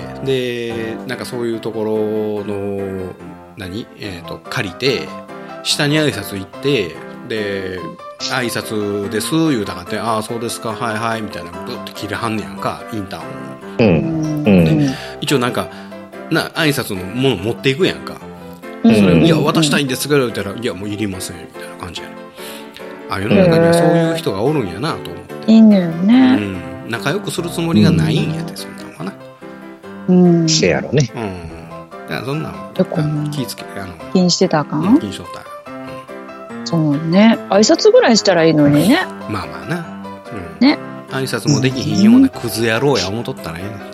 で、なんかそういうところの、何えっと、借りて、下に挨拶行って、で、挨拶です言うたかって、ああ、そうですか、はいはい、みたいな、ブッて切れはんねやんか、インターホン。うん。で、一応なんか、な、挨拶のもの持っていくやんか。それ、いや、渡したいんですけど、言ったら、いや、もういりません、みたいな感じやね。あ、世の中にはそういう人がおるんやな、と思って。 いいんだよね。 うん。仲良くするつもりがないんやで、そんなのかな。 うん。せやろね。うん。 だからそんなの、気ぃつけ、あの、 気にしてたかな？ 気にしとった。 そうね。挨拶ぐらいしたらいいのにね。 まあまあな。うん。ね。挨拶もできひんようなクズ野郎や思っとったらええねんって。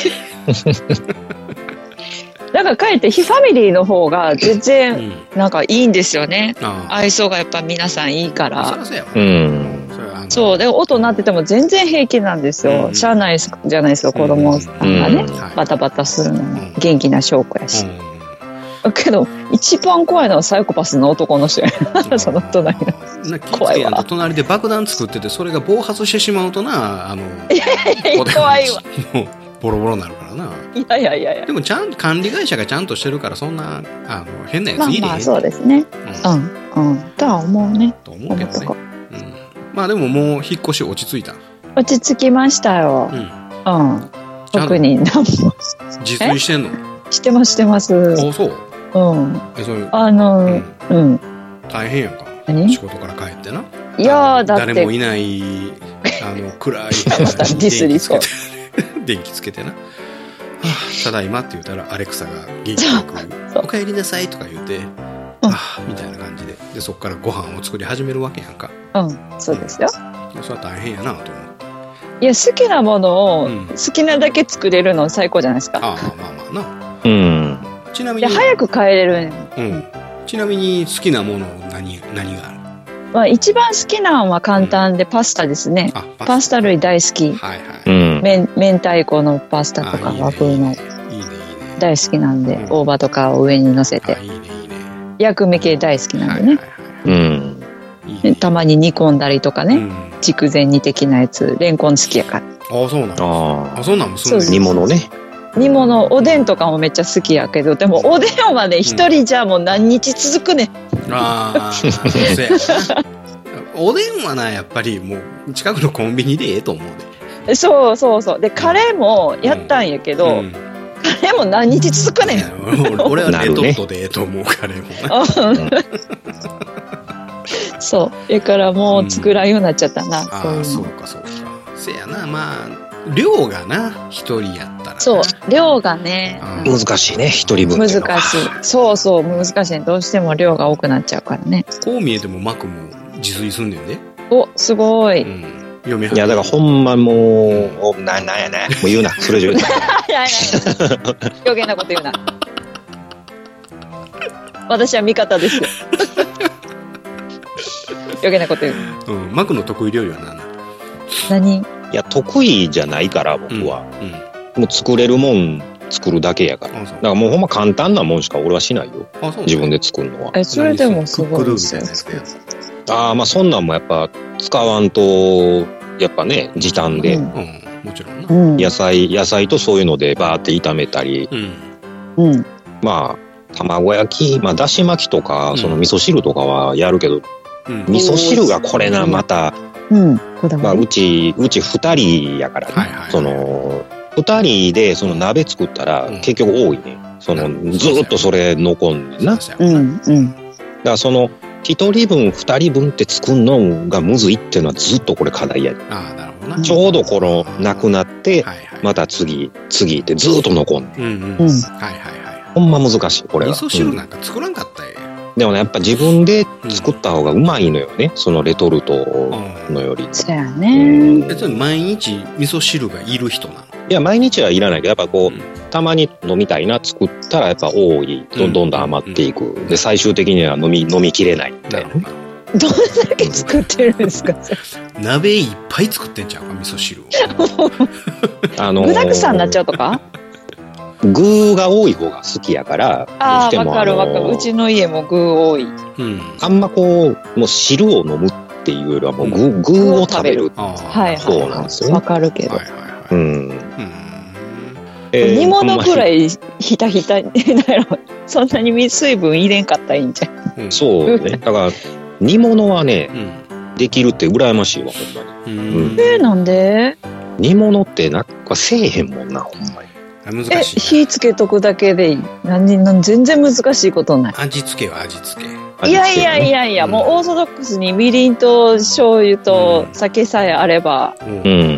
だからかえって非ファミリーの方が全然なんかいいんですよね。うん、愛想がやっぱ皆さんいいから。 そりゃそうやわ。うん。 そう。で、音鳴ってても全然平気なんですよ。うん、しゃあないじゃないですか、子供さんがね。うん、バタバタするのも元気な証拠やし。うんけど一番怖いのはサイコパスの男の人やその隣の怖いわ。隣で爆弾作っててそれが暴発してしまうとな、あの怖いわ。 もうボロボロになるからな。 いやいやいやいや。 でもちゃん管理会社がちゃんとしてるからそんなあの変なやついれへん。 まあまあそうですね。うんうんうん。とは思うね。 と思うけどね。うん。まあでももう引っ越し落ち着いた。 落ち着きましたよ。うん。うん。特に何も。 自炊してんの？ してますしてます。 あ、そう。 うん、 えそれあの、うん、うん、 大変やんか。仕事から帰ってな。 いやーだって誰もいないあの暗いまたディスリスト電気つけてな。はあ、ただいまって言ったらアレクサが元気よくお帰りなさいとか言うてあみたいな感じで。で、そこからご飯を作り始めるわけやんか。 うん、そうですよ。 うん、それは大変やなと思って。 いや、好きなものを好きなだけ作れるの最高じゃないですか。 うん、ああ、まあまあまあな。 うん。 ちなみに。 いや、早く帰れるね。 うん。ちなみに好きなもの何、何がある？ まあ、一番好きなのは簡単でパスタですね。うん、パスタ類大好き。はいはい。め明太子のパスタとか和風の。いいね、いいね。大好きなんで、うん、大葉とかを上に乗せて。いいね、いいね。薬味系大好きなんでね。うん。いいね、たまに煮込んだりとかね。うん、筑前煮的なやつ、レンコン好きやから。 ああ、そうなんです。ああ、そうなんですね。煮物ね。 煮物、おでんとかもめっちゃ好きやけど、でもおでんはね、一人じゃもう何日続くね。うん、ああ、そうやな。 おでんはな、やっぱりもう近くのコンビニでええと思うで。そうそうそう。で、カレーもやったんやけど、うん、カレーも何日続くねん。 俺はレトルトでええと思う、カレーもな。 そう。だからもう作らんようになっちゃったな。 うん、そうああ、そうかそうか。せやな、まあ、量がな、一人やったら。 そう、量がね。 難しいね、一人分。 難しい。そうそう、難しい。どうしても量が多くなっちゃうからね。 こう見えてもマクも自炊すんねんで。 お、すごい。うん、 読めはん。いや、だからほんまもう、うん、な、なんやね。もう言うな、それ以上言うな。 余計なこと言うな。私は味方です。余計なこと言う。 うん、マクの得意料理は何？何？ いや、得意じゃないから、僕は。うんうん、もう作れるもん作るだけやから。だからもうほんま簡単なもんしか俺はしないよ。自分で作るのは。 え、それでもすごいですよ。 ああ、まあそんなんもやっぱ使わんと、やっぱね、時短で。うん。うん、もちろんな。野菜、野菜とそういうのでバーって炒めたり。うん。うん。まあ、卵焼き、まあだし巻きとか、その味噌汁とかはやるけど、うん、味噌汁がこれな、また、うん、まあ、うち、うち二人やからね。はいはいはい、その、二人でその鍋作ったら、結局多いね。その、ずーっとそれ残んねんな。うん、うん。だからその、一人分、二人分って作るのがむずいっていうのはずっとこれ課題やで。ああ、なるほどな。ちょうどこの、なくなって、また次、次ってずーっと残んねん。うんうん。はいはいはい。ほんま難しい、これは。 味噌汁なんか作らんかったよ。 でもね、やっぱ自分で作った方がうまいのよね。うん、そのレトルトのより。 そうやね。 別に毎日味噌汁がいる人なの？ いや、毎日はいらないけど、やっぱこう、うん、たまに飲みたいな作ったらやっぱ多い。どんどんどん余っていく。うんうん、で、最終的には飲み、飲みきれないみたいな。どんだけ作ってるんですか？ 鍋いっぱい作ってんちゃうか、味噌汁を。 あのー、具だくさんになっちゃうとか？ 具が多い方が好きやから、 ああ、わかるわかる。うちの家も具多い。 うん。あんまこう、もう汁を飲むっていうよりはもう具、うん、具を食べる方なんですよね。 わかるけど。 はいはいはい、うん。 えー、煮物ぐらいひたひたになる。そんなに水分入れんかったらいいんじゃん。 うん、そうね。だから、煮物はね、うん、できるって羨ましいわ、ほんまに。 うん、えー、なんで？ 煮物ってなんかせえへんもんな、ほんまに。 難しい。え、 火つけとくだけでいい。何、何、全然難しいことない。 味付けは味付け。 いやいやいやいや、うん、もうオーソドックスにみりんと醤油と酒さえあれば。うん。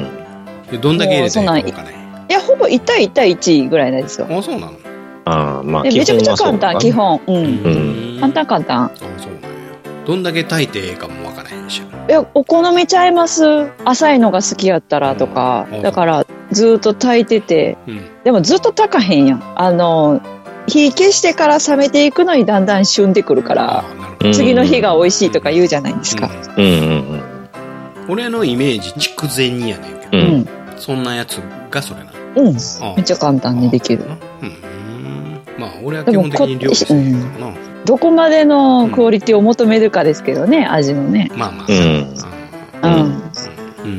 うん、どんだけ入れていいか分かない。 いや、ほぼいち対いち対いちぐらいなんですよ。 あ、そうなの？ ああ、まあ、 めちゃくちゃ簡単、基本。うん。うん、簡単簡単。あ、 そうなんや。どんだけ炊いていいかも分からへんし。 いや、お好みちゃいます。浅いのが好きやったらとか。うん、だから、ずっと炊いてて、うん、でもずっと炊かへんやん。あの、火消してから冷めていくのにだんだん旬でくるから、次の日が美味しいとか言うじゃないですか。うんうんうん、 俺のイメージ、筑前煮やねんけど、うん、そんなやつがそれなの。 うん。めっちゃ簡単にできる。うん。 まあ、俺は基本的に料理するからな。 どこまでのクオリティを求めるかですけどね、味のね。 まあまあ。うん。うん。うん、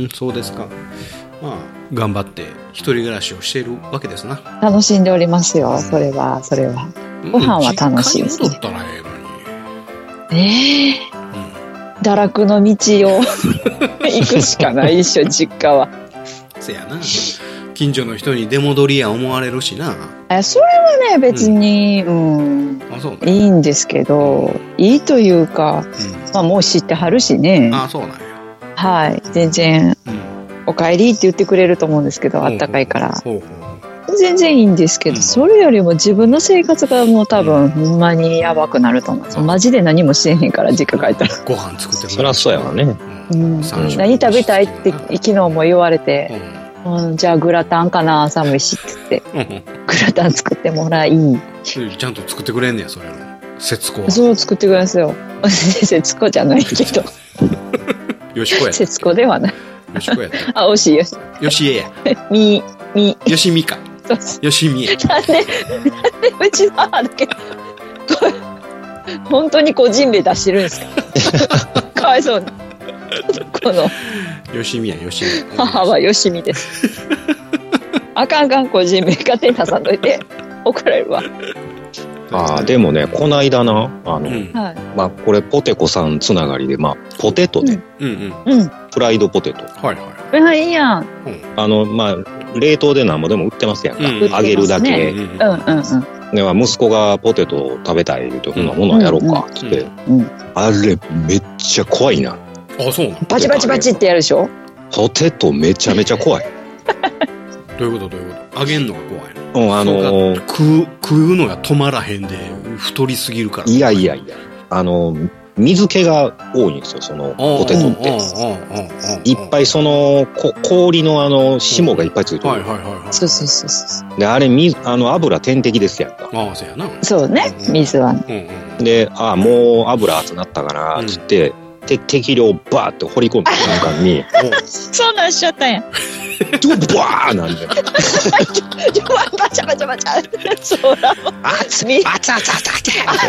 そうですか。まあ、頑張って一人暮らしをしているわけですな。 楽しんでおりますよ、それは、それは。ご飯は楽しいですね。 実家に戻ったらええのに。 ええー。堕落の道を行くしかないでしょ、実家は。 せやな。近所の人に出戻りや思われるしな。 え、それはね、別に、うん、うん、あ、そうね、いいんですけど、いいというか、うん、まあもう知ってはるしね。 あ、そうなんや。 はい、全然、うん、お帰りって言ってくれると思ううんですけど、あったかいから。ほうほう。 全然いいんですけど、うん、それよりも自分の生活がもう多分、ほんまにやばくなると思うんです。マジで何もしてへんから、実家帰ったら。 ご飯作ってもらう。 そりゃそうやわね。 うん。何食べたいって昨日も言われて、うんうん、じゃあグラタンかな、寒いしって言って、グラタン作ってもらい。 ちゃんと作ってくれんねや、それの。節子は。 そう作ってくれますよ。節子じゃないけど。 よしこや。 節子ではない。 よしこやった。 あ、惜しいよし。 よしえや。 み、み。 よしみか。よしみえ。 なんで、なんでうちの母だけ、これ、本当に個人名出してるんですかかわいそうに。この。 よしみや、よしみ。 母はよしみです。あかんあかん、個人名勝手に出さんといて。怒られるわ。 ああ、でもね、こないだな、あの、うん、まあ、これ、ポテコさんつながりで、まあ、ポテトね。 うんうんうん。 フライドポテト。 はいはい。 はい、いいやん。 あの、まあ、冷凍で何もでも売ってますやんか。うん、揚げるだけ。うんうんうん。 で、まあ、息子がポテトを食べたい言うて、そんなものやろうか、つって。あれ、めっちゃ怖いな。 あ、そうなの？ バチバチバチってやるでしょ？ ポテトめちゃめちゃ怖い。 どういうことどういうこと？揚げんのが怖いの？ うん、あのー、 食う、食うのが止まらへんで、太りすぎるから。 いやいやいや。あの、水気が多いんですよ、その、ポテトって。いっぱいその、こ氷のあの、霜がいっぱいついてる。 はいはいはいはい。 そうそうそうそう。 で、あれ、水、あの、油天敵ですやんか。 ああ、そうやな。 そうね、水は。 で、ああ、もう油熱なったかな、つって、て適量バーって掘り込んだ瞬間に。 そんなんしちゃったんや。 ドバーなんだよ。 バチャバチャバチャ。そうだ。 あつみ、あつあつあつあ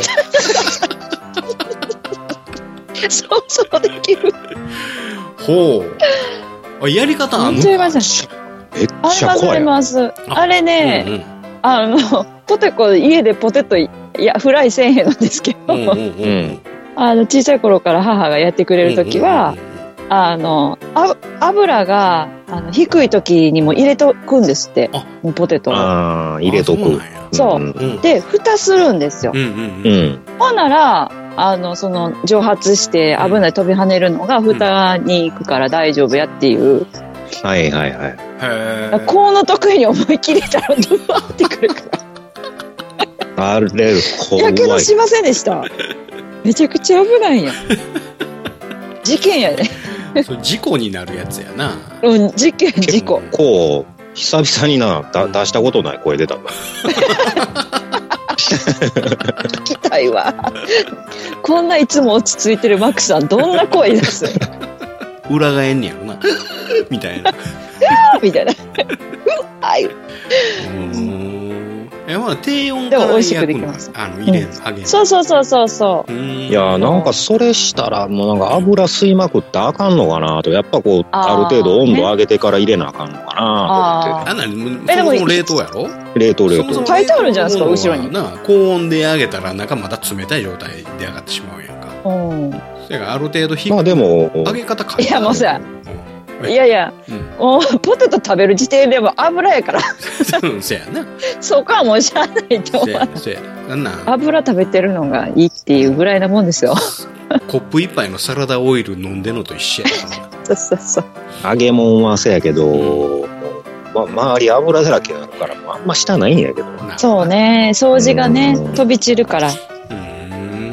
つ。想像できる。 ほう。あ、やり方あるの？ めっちゃ怖い。 あります。あれね、あの、ポテコ、家でポテト、いや、フライせえへんなんですけど、あの、小さい頃から母がやってくれるときは、あの、あ、油が、あの、低い時にも入れとくんですって。もうポテトを。 ああ、入れとく。 そう。で、蓋するんですよ。うん。ほんなら、あの、その、蒸発して危ない飛び跳ねるのが蓋に行くから大丈夫やっていう。 はいはいはい。 へー。この得意に思い切れたら、ドワーってくるから。 あれ、怖い。 やけどしませんでした。めちゃくちゃ危ないやん。事件やね。 それ事故になるやつやな。 うん、事件、事故。 こう、久々にな、だ出したことない声出たんだ。 聞きたいわ。こんないつも落ち着いてるマックさん、どんな声です？ 裏返んねやろな。みたいな。 みたいな。はい。 え、まあ、低温から美味しくできます。 あの、入れるの、揚げる。 そうそうそうそうそう。 いや、なんかそれしたら、もうなんか油吸いまくってあかんのかなと、やっぱこう、ある程度温度上げてから入れなあかんのかなと思って。あ、 なに、そもそも冷凍やろ？ 冷凍冷凍。 書いてあるんじゃないですか、後ろに。 な、高温で揚げたら中まだ冷たい状態で上がってしまうやんか。うん。それがある程度低く。 まあでも、 揚げ方変えいや、もうさ、いやいや、もうポテト食べる時点でも油やから。 そうやな。 そこはもうしゃあないと思う。 そうやな。なんなん。 油食べてるのがいいっていうぐらいなもんですよ。 コップ一杯のサラダオイル飲んでんのと一緒やそうそうそう。 揚げ物はせやけど、ま、周り油だらけあるから、あんま下ないんやけど。 そうね、掃除がね、飛び散るから。 うん。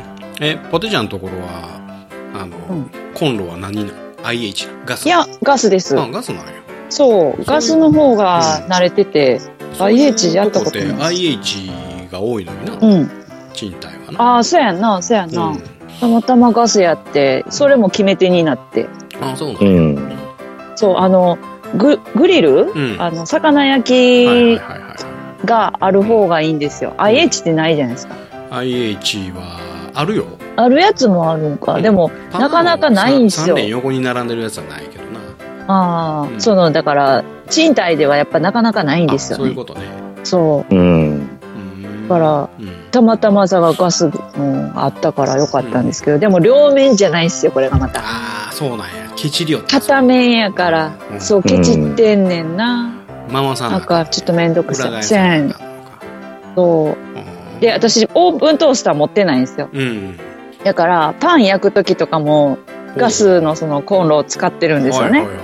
え、ポテちゃんのところは、あの、うん、コンロは何なの？アイエイチ ガス？ いや、ガスです。 あ、ガスなんや。 そう、ガスの方が慣れてて、うん、アイエイチ やったことない。 アイエイチ が多いのにな。 うん。 賃貸はな。 ああ、そうやんな、そうやんな。うん、たまたまガスやって、それも決め手になって。 ああ、そうなんや。うん。 そう、あの、ググリル、うん、あの、魚焼きがある方がいいんですよ。アイエイチ ってないじゃないですか。 アイエイチ はあるよ。 あるやつもあるんか。うん、でも、なかなかないんですよ。 さんれん横に並んでるやつはないけどな。 ああ、うん、その、だから、賃貸ではやっぱなかなかないんですよね。 そういうことね。 そう。うん。だから、うん、たまたまさがガスもあったからよかったんですけど、うん、でも両面じゃないんですよ、これがまた。 ああ、そうなんや。ケチりよった。 片面やから、うん、そう、ケチってんねんな。 ママさん。 なんか、ちょっとめんどくさい。せん。そう。で、私、オーブントースター持ってないんですよ。うん。だから、パン焼くときとかも、ガスのそのコンロを使ってるんですよね。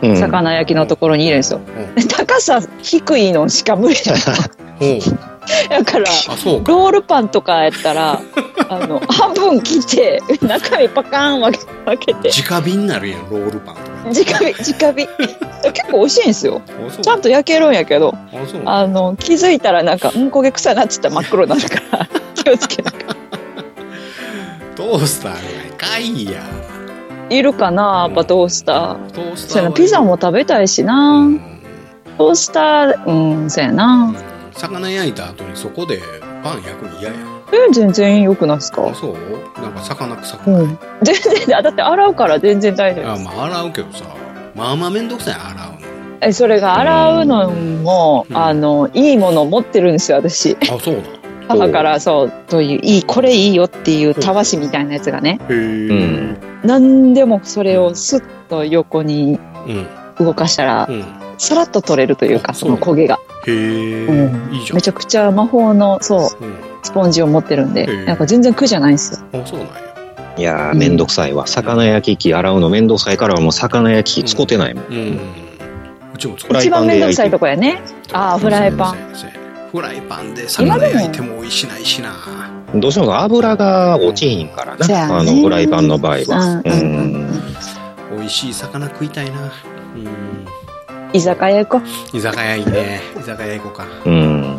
魚焼きのところに入れるんですよ。うん、高さ低いのしか無理だだからロールパンとかやったらあの半分切って中身パカーン分け分けて直火になるやんロールパンとか直火直火結構美味しいんですよ。ちゃんと焼けるんやけど あ, あの気づいたらなんかうん焦げ臭いなっつったら真っ黒になるから気をつけなきゃトースターがかいやいるかなやっぱトースター、トースターピザも食べたいしな、うん、トースターうんそうやな、うん魚焼いた後にそこでパン焼くの嫌や。 え全然良くないですか。 あそうなんか魚臭くない、うん、 全然だって洗うから全然大丈夫です。 あまあ洗うけどさまあまあめんどくさい洗うの。 えそれが洗うのも、うん、あのいいものを持ってるんですよ私。 あそうな母からそうといういいこれいいよっていうたわしみたいなやつがね、 へー何でもそれをスッと横に動かしたら、うんうんさらっと取れるというかその焦げがへー、うん、いいじゃん。 めちゃくちゃ魔法のそう、うん、スポンジを持ってるんでなんか全然苦じゃないんですよ。 あそうなんや。 いやーめんどくさいわ、うん、魚焼き器洗うのめんどくさいからもう魚焼き器使ってないもん、うんうん、 うちも一番めんどくさいとこやね。ああフライパンフライパンで魚焼いても美味しないしな。 どうしても油が落ちひんからな、うん、あのフライパンの場合は、うんうんうん、 美味しい魚食いたいな。うん居酒屋行こう。居酒屋いいね。居酒屋行こうか。 うん。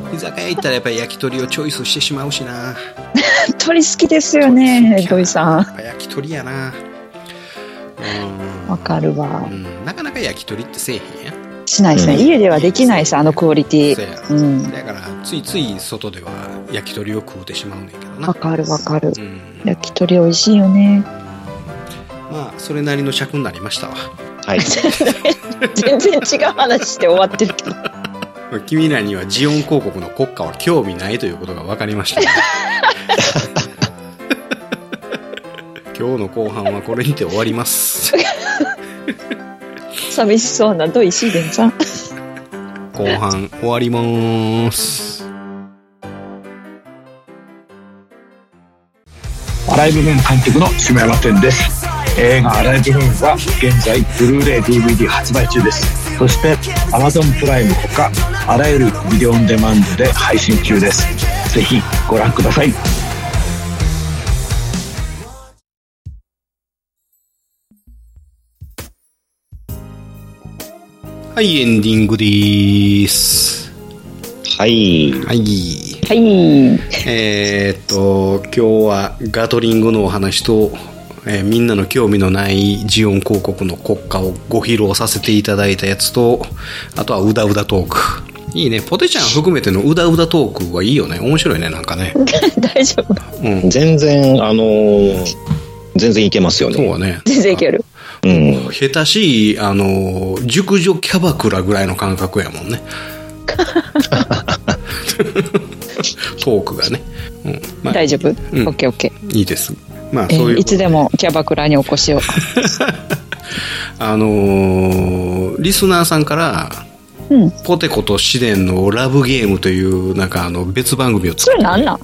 居酒屋行ったらやっぱり焼き鳥をチョイスしてしまうしな。 鳥好きですよね、土井さん。 やっぱ焼き鳥やな。 うん。わかるわ、 うん。なかなか焼き鳥ってせえへんや。 しないですね、うん。家ではできないです、あのクオリティ。 そうやろ。うん。だからついつい外では焼き鳥を食うてしまうんだけどな。 わかるわかる、うん。焼き鳥美味しいよね。 まあそれなりの尺になりましたわ。 はい、 全然違う話して終わってるけど君らにはジオン広告の国家は興味ないということが分かりました、ね、今日の後半はこれにて終わります寂しそうな土井シーデンさん後半終わります。 洗い部分監督の下山天です。映画洗い部分は現在ブルーレイ ディーブイディー 発売中です。そして Amazon プライムほかあらゆるビデオオンデマンドで配信中です。ぜひご覧ください。 はい、エンディングでーす。 はいはいはいえー、っと今日はガトリングのお話とえー、みんなの興味のないジオン広告の国家をご披露させていただいたやつと、あとはうだうだトーク。いいね、ポテちゃん含めてのうだうだトークはいいよね。面白いね、なんかね大丈夫、 うん、全然あのー、全然いけますよね。 そうはね、 全然いける。 うん、 下手しいあのー、熟女キャバクラぐらいの感覚やもんねトークがね、うんまあ、 大丈夫、うん、オッケーオッケーいいです。まあ、そういう、 えー、いつでもキャバクラにお越しをあのー、リスナーさんから、うん、ポテコとシデンのラブゲームというなんかあの別番組を作ってくれて、それなんなん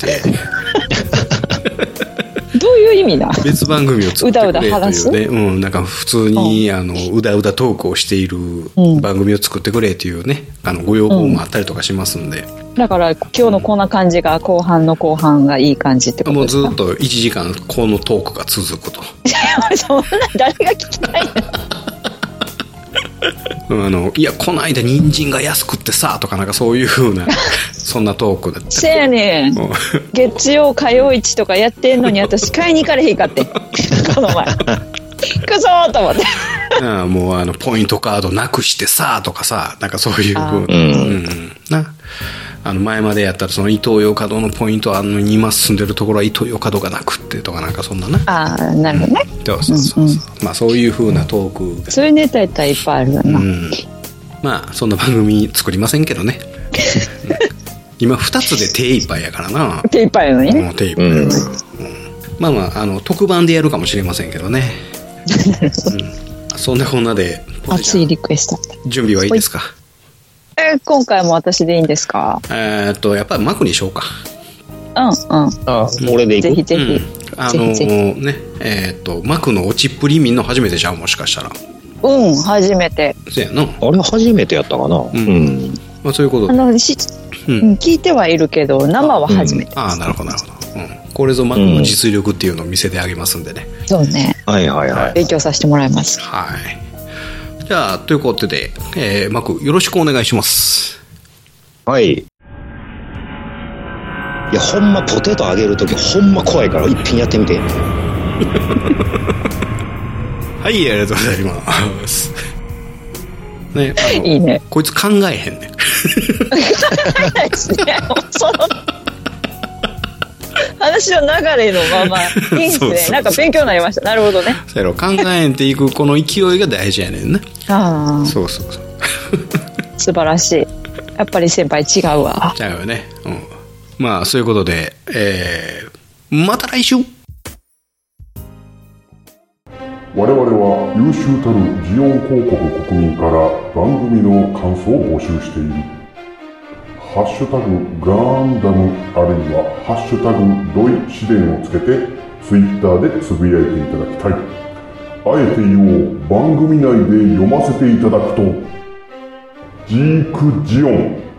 どういう意味な別番組を作ってくれというね、 うだうだ話、 うん、なんか普通に、うん、あのうだうだトークをしている番組を作ってくれというね、あのご要望もあったりとかしますんで、 うん、だから今日のこんな感じが後半の後半がいい感じってことですか。 もうずっといちじかんこのトークが続くとそんな誰が聞きたいのあのいやこの間人参が安くってさとかなんかそういう風なそんなトークだった。 せやねん月曜火曜市とかやってんのに私買いに行かれへんかってこの前くそーと思ってああもうあのポイントカードなくしてさとかさなんかそういう風な、うんうん、なあの前までやったらそのイトーヨーカドーのポイントあんのに今住んでるところはイトーヨーカドーがなくってとかなんかそんなな。 ああなるほどね、 うん、そうそうそうそう、うんうん、まあそういう風なトークがそういうネタやったらいっぱいあるよな、うん、まあそんな番組作りませんけどね今ふたつで手一杯やからな。 手一杯やのにね、 うん、手一杯、うんうん、まあまああの特番でやるかもしれませんけどねなるほど、うん、 そんなこんなで熱いリクエスト準備はいいですか。 えー、今回も私でいいんですか。 えー、っとやっぱりマクにしようか。 うんうん。 あ、俺でいく。 ぜひぜひ。 うん、あのー、ねえー、っとマクの落ちっぷり見んの初めてじゃんもしかしたら。 うん初めて。 そうやな。 あれ初めてやったかな。うん。うん、 まあそういうことで。 あのし、うん、聞いてはいるけど生は初めて。 あ、うん、あなるほどなるほど。うん。これぞマクの実力っていうのを見せてあげますんでね。 うん、そうね。 はいはいはい。 勉強させてもらいます。 はい。じゃあということで、えー、マクよろしくお願いします。 はい。いやほんまポテト揚げるときほんま怖いから一品やってみて。 はい、ありがとうございます。ね、 いいね。 こいつ考えへんね。 その話の流れのままいいんですね。そうそうそう、なんか勉強になりました。なるほどね。 そうやろ、考えんっていくこの勢いが大事やねんね。 ああ、 そうそうそう。 素晴らしい。やっぱり先輩違うわ。 違うよね。うん。まあそういうことで、えー、また来週。 我々は優秀たるジオン広告国民から番組の感想を募集している。ハッシュタグガンダムあるいはハッシュタグドイ試練をつけてツイッターでつぶやいていただきたい。あえて言おう、番組内で読ませていただくとジークジオン